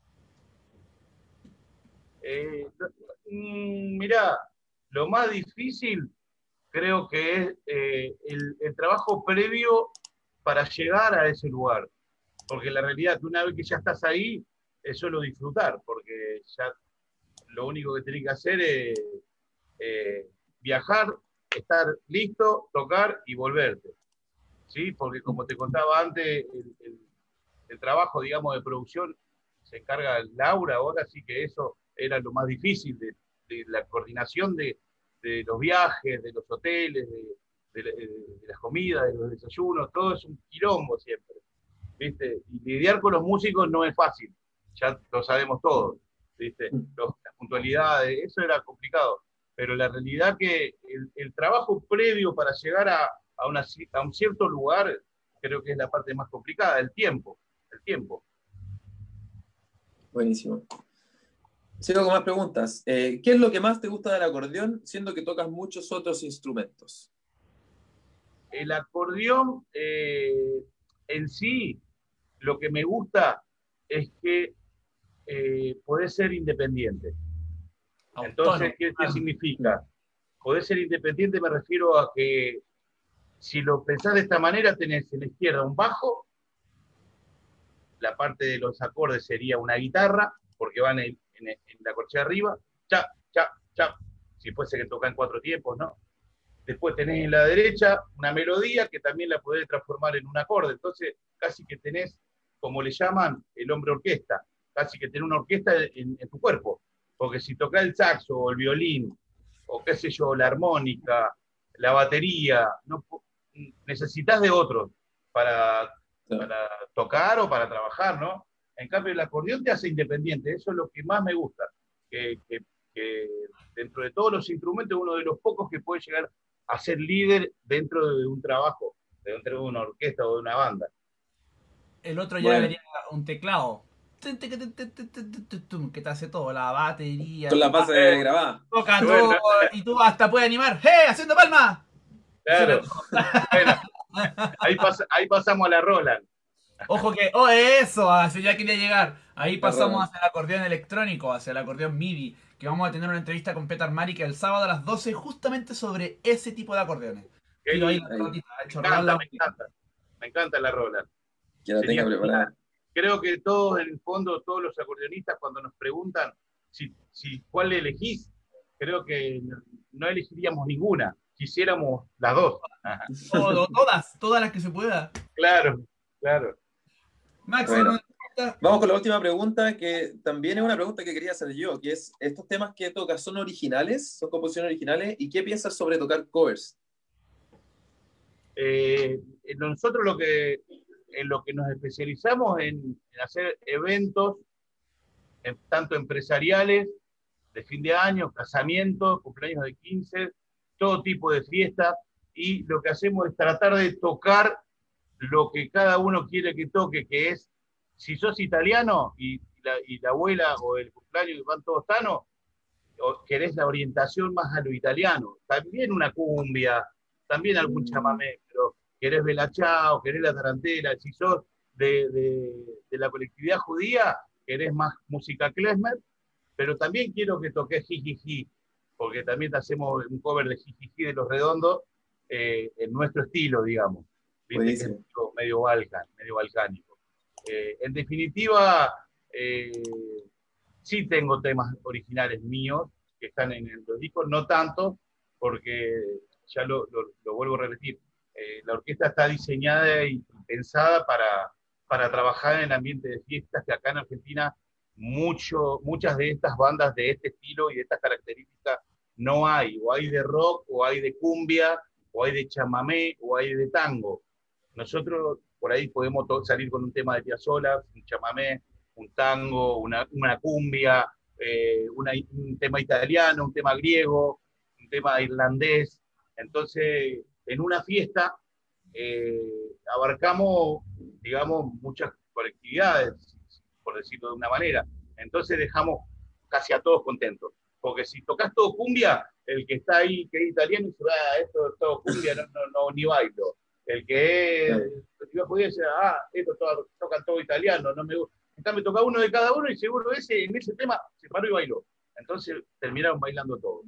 Eh, mm, mirá, lo más difícil creo que es eh, el, el trabajo previo para llegar a ese lugar. Porque la realidad es que una vez que ya estás ahí, es solo disfrutar, porque ya lo único que tenés que hacer es eh, viajar, estar listo, tocar y volverte. ¿Sí? Porque como te contaba antes, el, el, el trabajo, digamos, de producción se encarga Laura, ahora sí que eso era lo más difícil, de, de la coordinación de, de los viajes, de los hoteles, de, de, de las comidas, de los desayunos, todo es un quilombo siempre, ¿viste? Y lidiar con los músicos no es fácil, ya lo sabemos todos, ¿viste? Los, las puntualidades, eso era complicado, pero la realidad que el, el trabajo previo para llegar a, a, una, a un cierto lugar, creo que es la parte más complicada, el tiempo, el tiempo. Buenísimo. Sigo con más preguntas. Eh, ¿Qué es lo que más te gusta del acordeón, siendo que tocas muchos otros instrumentos? el acordeón eh, en sí, lo que me gusta es que eh, podés ser independiente. Entonces, ¿qué, qué significa? Poder ser independiente me refiero a que si lo pensás de esta manera, tenés en la izquierda un bajo, la parte de los acordes sería una guitarra, porque van en, en, en la corchea arriba, cha, cha, cha, si fuese que tocan cuatro tiempos, ¿no? Después tenés en la derecha una melodía que también la podés transformar en un acorde, entonces casi que tenés, como le llaman, el hombre orquesta, casi que tenés una orquesta en, en tu cuerpo, porque si tocás el saxo o el violín, o qué sé yo, la armónica, la batería, no, necesitas de otros para, para tocar o para trabajar, ¿no? En cambio, el acordeón te hace independiente, eso es lo que más me gusta, que, que, que dentro de todos los instrumentos, uno de los pocos que puede llegar a ser líder dentro de un trabajo, dentro de una orquesta o de una banda. El otro ya Bueno. debería un teclado que te hace todo, la batería. Con la base de grabada. Toca Bueno. todo y tú hasta puedes animar. ¡Hey! ¡Haciendo palmas! Claro. Bueno, ahí, pas, ahí pasamos a la Roland. Ojo que, oh, eso, así ya quería llegar. Ahí pasamos Perdón. hacia el acordeón electrónico, hacia el acordeón MIDI, que vamos a tener una entrevista con Petar Marica el sábado a las doce justamente sobre ese tipo de acordeones. Qué Tiro ahí lindo. la ratita, Me hecho encanta, rodarla. me encanta. Me encanta la Roland. Que la Sería tenga preparada. genial. Creo que todos, en el fondo, todos los acordeonistas, cuando nos preguntan si, si cuál elegís, creo que no, no elegiríamos ninguna. Quisiéramos las dos. Todo, todas, todas las que se pueda. Claro, claro. Máximo. Bueno. Vamos con la última pregunta, que también es una pregunta que quería hacer yo, que es, ¿estos temas que tocas son originales? ¿Son composiciones originales? ¿Y qué piensas sobre tocar covers? Eh, nosotros lo que, en lo que nos especializamos en, en hacer eventos, en, tanto empresariales, de fin de año, casamientos, cumpleaños de quince, todo tipo de fiestas, y lo que hacemos es tratar de tocar lo que cada uno quiere que toque, que es, si sos italiano y la, y la abuela o el cumpleaños van todos tanos, o querés la orientación más a lo italiano, también una cumbia, también algún chamamé, pero querés Bella Ciao, querés la tarantela, si sos de, de, de la colectividad judía, querés más música klezmer, pero también quiero que toques Jijiji, porque también te hacemos un cover de Jijiji de Los Redondos, eh, en nuestro estilo, digamos. ¿Viste? Que es medio, medio, balcan, medio balcánico. Eh, en definitiva, eh, sí tengo temas originales míos que están en los discos, no tanto, porque ya lo, lo, lo vuelvo a repetir, eh, la orquesta está diseñada y pensada para, para trabajar en ambiente de fiestas, que acá en Argentina mucho, muchas de estas bandas de este estilo y de estas características no hay, o hay de rock, o hay de cumbia, o hay de chamamé, o hay de tango. Nosotros por ahí podemos salir con un tema de Piazzolla, un chamamé, un tango, una, una cumbia, eh, una, un tema italiano, un tema griego, un tema irlandés. Entonces, en una fiesta eh, abarcamos, digamos, muchas colectividades, por decirlo de una manera. Entonces dejamos casi a todos contentos. Porque si tocas todo cumbia, el que está ahí, que es italiano, dice, ah, esto es todo cumbia, no, no, no, ni bailo. El que es, yo podía decir, ah, esto todo, tocan todo italiano, no me gusta. En cambio, toca uno de cada uno y seguro ese, en ese tema se paró y bailó. Entonces terminaron bailando todo.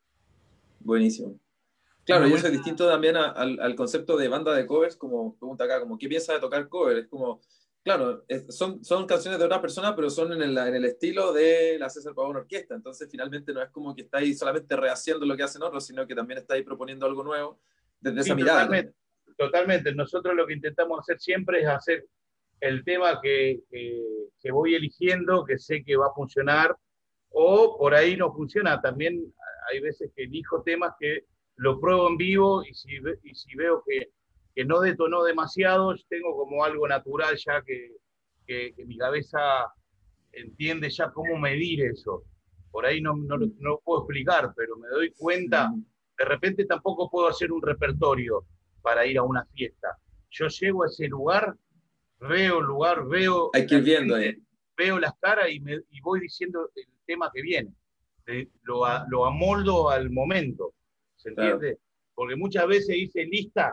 Buenísimo. Claro, y eso es distinto también a, al, al concepto de banda de covers, como pregunta acá, como ¿qué piensas de tocar covers? Es como, claro, es, son, son canciones de otra persona, pero son en el, en el estilo de la César Pavón Orquesta, entonces finalmente no es como que estáis solamente rehaciendo lo que hacen otros, sino que también estáis proponiendo algo nuevo desde Sí, esa mirada. Totalmente, totalmente. Nosotros lo que intentamos hacer siempre es hacer el tema que, que, que voy eligiendo, que sé que va a funcionar, o por ahí no funciona. También hay veces que elijo temas que lo pruebo en vivo y si, y si veo que, que no detonó demasiado, tengo como algo natural ya que, que, que mi cabeza entiende ya cómo medir eso. Por ahí no, no, no lo puedo explicar, pero me doy cuenta, de repente tampoco puedo hacer un repertorio para ir a una fiesta. Yo llego a ese lugar, veo el lugar, veo, Hay que ir viendo gente, ahí. veo las caras y, me, y voy diciendo el tema que viene. Lo, a, lo amoldo al momento. ¿Se entiende? Claro. Porque muchas veces hice lista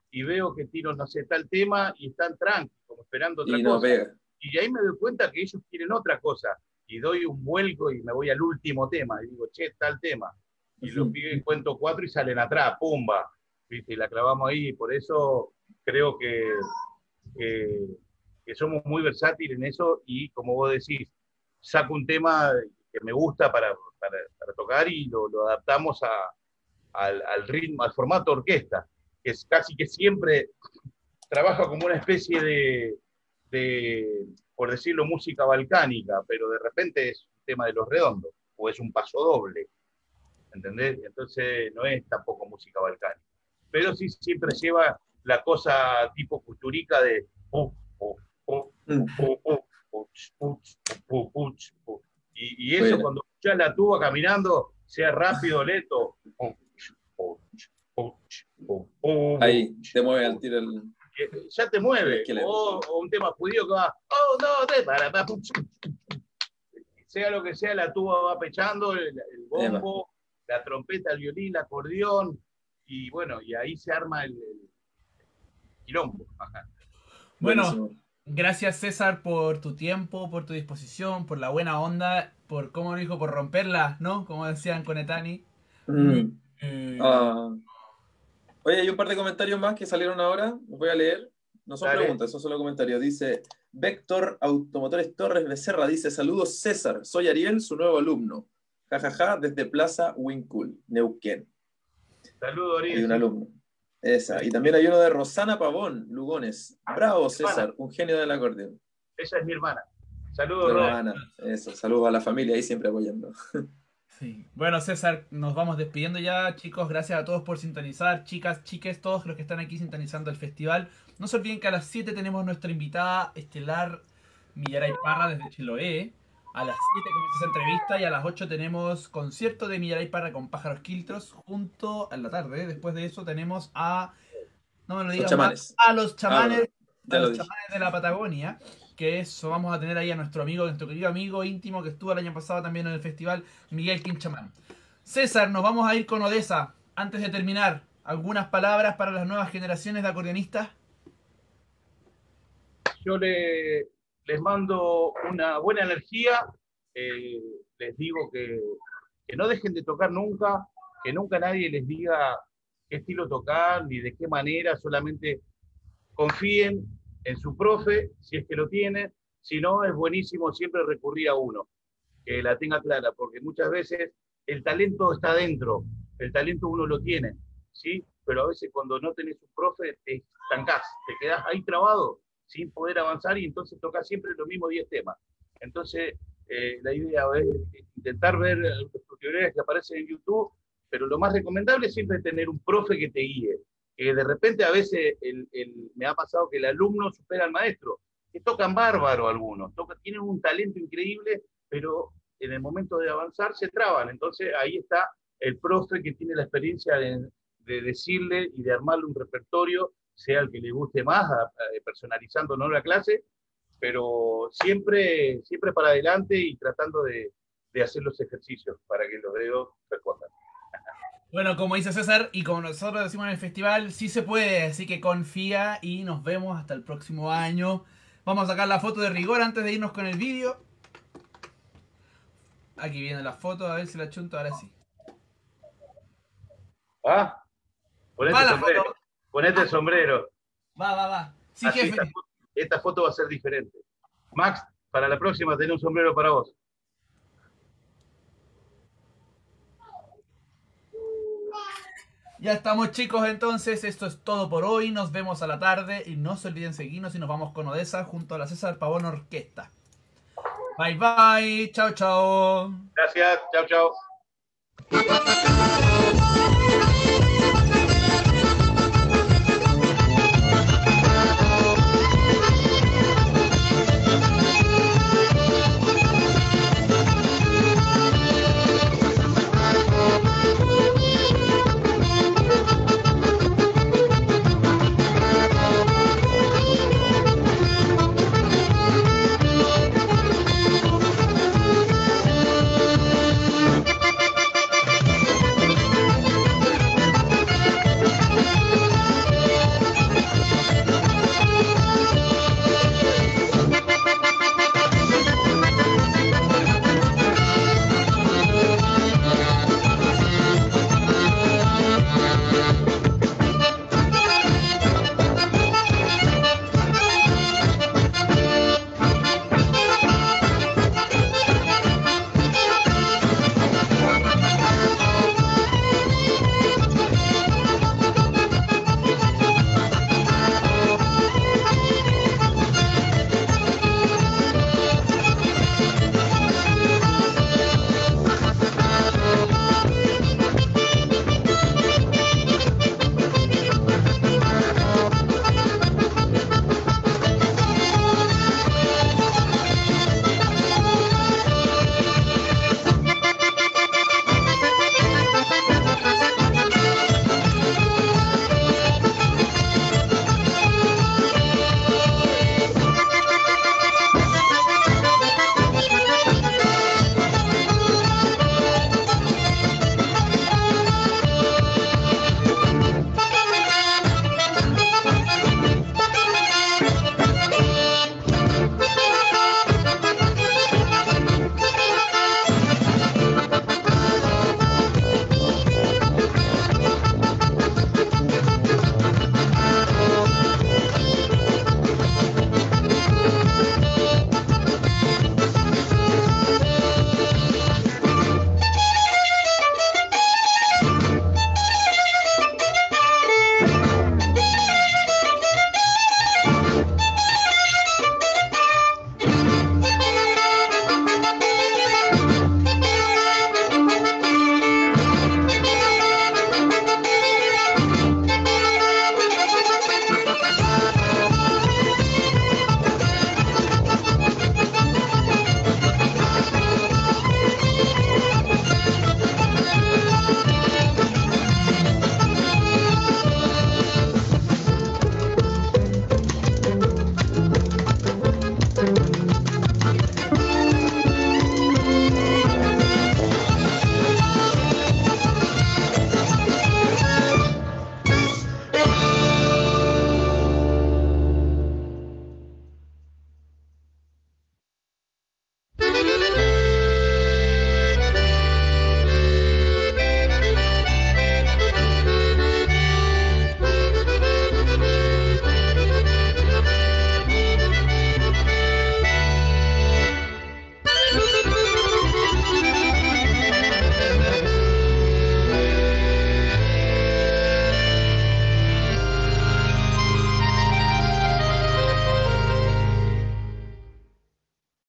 y veo que tiro, no sé, tal tema y están tranquilos, como esperando otra Y cosa. no pega. Y ahí me doy cuenta que ellos quieren otra cosa. Y doy un vuelco y me voy al último tema. Y digo, che, tal tema. Y los pibes cuento cuatro y salen atrás, pumba. ¿Viste? Y la clavamos ahí. Y por eso creo que, que, que somos muy versátiles en eso. Y como vos decís, saco un tema que me gusta para, para, para tocar y lo, lo adaptamos a, al, al ritmo, al formato orquesta, que es casi que siempre trabaja como una especie de, de, por decirlo, música balcánica, pero de repente es un tema de Los Redondos, o es un paso doble, ¿entendés? Entonces no es tampoco música balcánica, pero sí siempre lleva la cosa tipo culturica de uh, uh, uh, uh, uh, uh, uh, uh, uh, uh, uh. Y, y eso bueno. Cuando escuchás la tuba caminando, sea rápido, lento, uh, uh, uh, uh, uh, ahí te mueve al tiro el... ya te mueve, o, o un tema judío que va, oh no, te para, para, sea lo que sea, la tuba va pechando, el, el bombo, la trompeta, el violín, el acordeón, y bueno, y ahí se arma el, el quilombo. Ajá. Bueno, buenísimo. Gracias César por tu tiempo, por tu disposición, por la buena onda, por, como lo dijo, por romperla, ¿no? Como decían Conetani. Mm. Mm. Ah. Oye, hay un par de comentarios más que salieron ahora, los voy a leer. No son Dale. preguntas, son solo comentarios. Dice, Vector Automotores Torres Becerra, dice, saludos César, soy Ariel, su nuevo alumno. Jajaja, ja, ja, desde Plaza Wincul, Neuquén. Saludos, Ariel. Hay un alumno. Esa. Y también hay uno de Rosana Pavón, Lugones. Bravo, César, un genio del acordeón. Esa es mi hermana. Saludos, Rosana. Eso, saludos a la familia ahí siempre apoyando. Sí. Bueno, César, nos vamos despidiendo ya, chicos. Gracias a todos por sintonizar, chicas, chiques, todos los que están aquí sintonizando el festival. No se olviden que a las siete tenemos nuestra invitada estelar, Millaray Parra, desde Chiloé. A las siete comienza esa entrevista y a las ocho tenemos concierto de Millaray Parra con Pájaros Quiltros junto a la tarde. Después de eso tenemos a, no me lo digan, los chamanes. a los chamanes, ah, a los chamanes de la Patagonia. Que eso, vamos a tener ahí a nuestro amigo, nuestro querido amigo íntimo que estuvo el año pasado también en el festival, Miguel Quinchamán. César, nos vamos a ir con Odessa. Antes de terminar, ¿algunas palabras para las nuevas generaciones de acordeonistas? Yo le, les mando una buena energía, eh, les digo que, que no dejen de tocar nunca, que nunca nadie les diga qué estilo tocar, ni de qué manera, solamente confíen en su profe, si es que lo tiene, si no, es buenísimo siempre recurrir a uno, que la tenga clara, porque muchas veces el talento está dentro, el talento uno lo tiene, ¿sí? Pero a veces cuando no tenés un profe, te estancás, te quedás ahí trabado, sin poder avanzar, y entonces tocas siempre los mismos diez temas. Entonces, eh, la idea es intentar ver los tutoriales que aparecen en YouTube, pero lo más recomendable es siempre tener un profe que te guíe, que de repente a veces el, el, me ha pasado que el alumno supera al maestro, que tocan bárbaro algunos, tocan, tienen un talento increíble, pero en el momento de avanzar se traban. Entonces ahí está el profe que tiene la experiencia de, de decirle y de armarle un repertorio, sea el que le guste más, a, a, personalizando no la clase, pero siempre, siempre para adelante y tratando de, de hacer los ejercicios para que los dedos respondan. Bueno, como dice César, y como nosotros decimos en el festival, sí se puede, así que confía y nos vemos hasta el próximo año. Vamos a sacar la foto de rigor antes de irnos con el vídeo. Aquí viene la foto, a ver si la chunto, ahora sí. Ah, ponete el sombrero. Foto. Ponete el sombrero. Va, va, va. Sí, Así jefe. Esta, esta foto va a ser diferente. Max, para la próxima tenés un sombrero para vos. Ya estamos, chicos, entonces esto es todo por hoy. Nos vemos a la tarde y no se olviden seguirnos y nos vamos con Odessa junto a la César Pavón Orquesta. Bye bye, chao chao. Gracias, chao chao.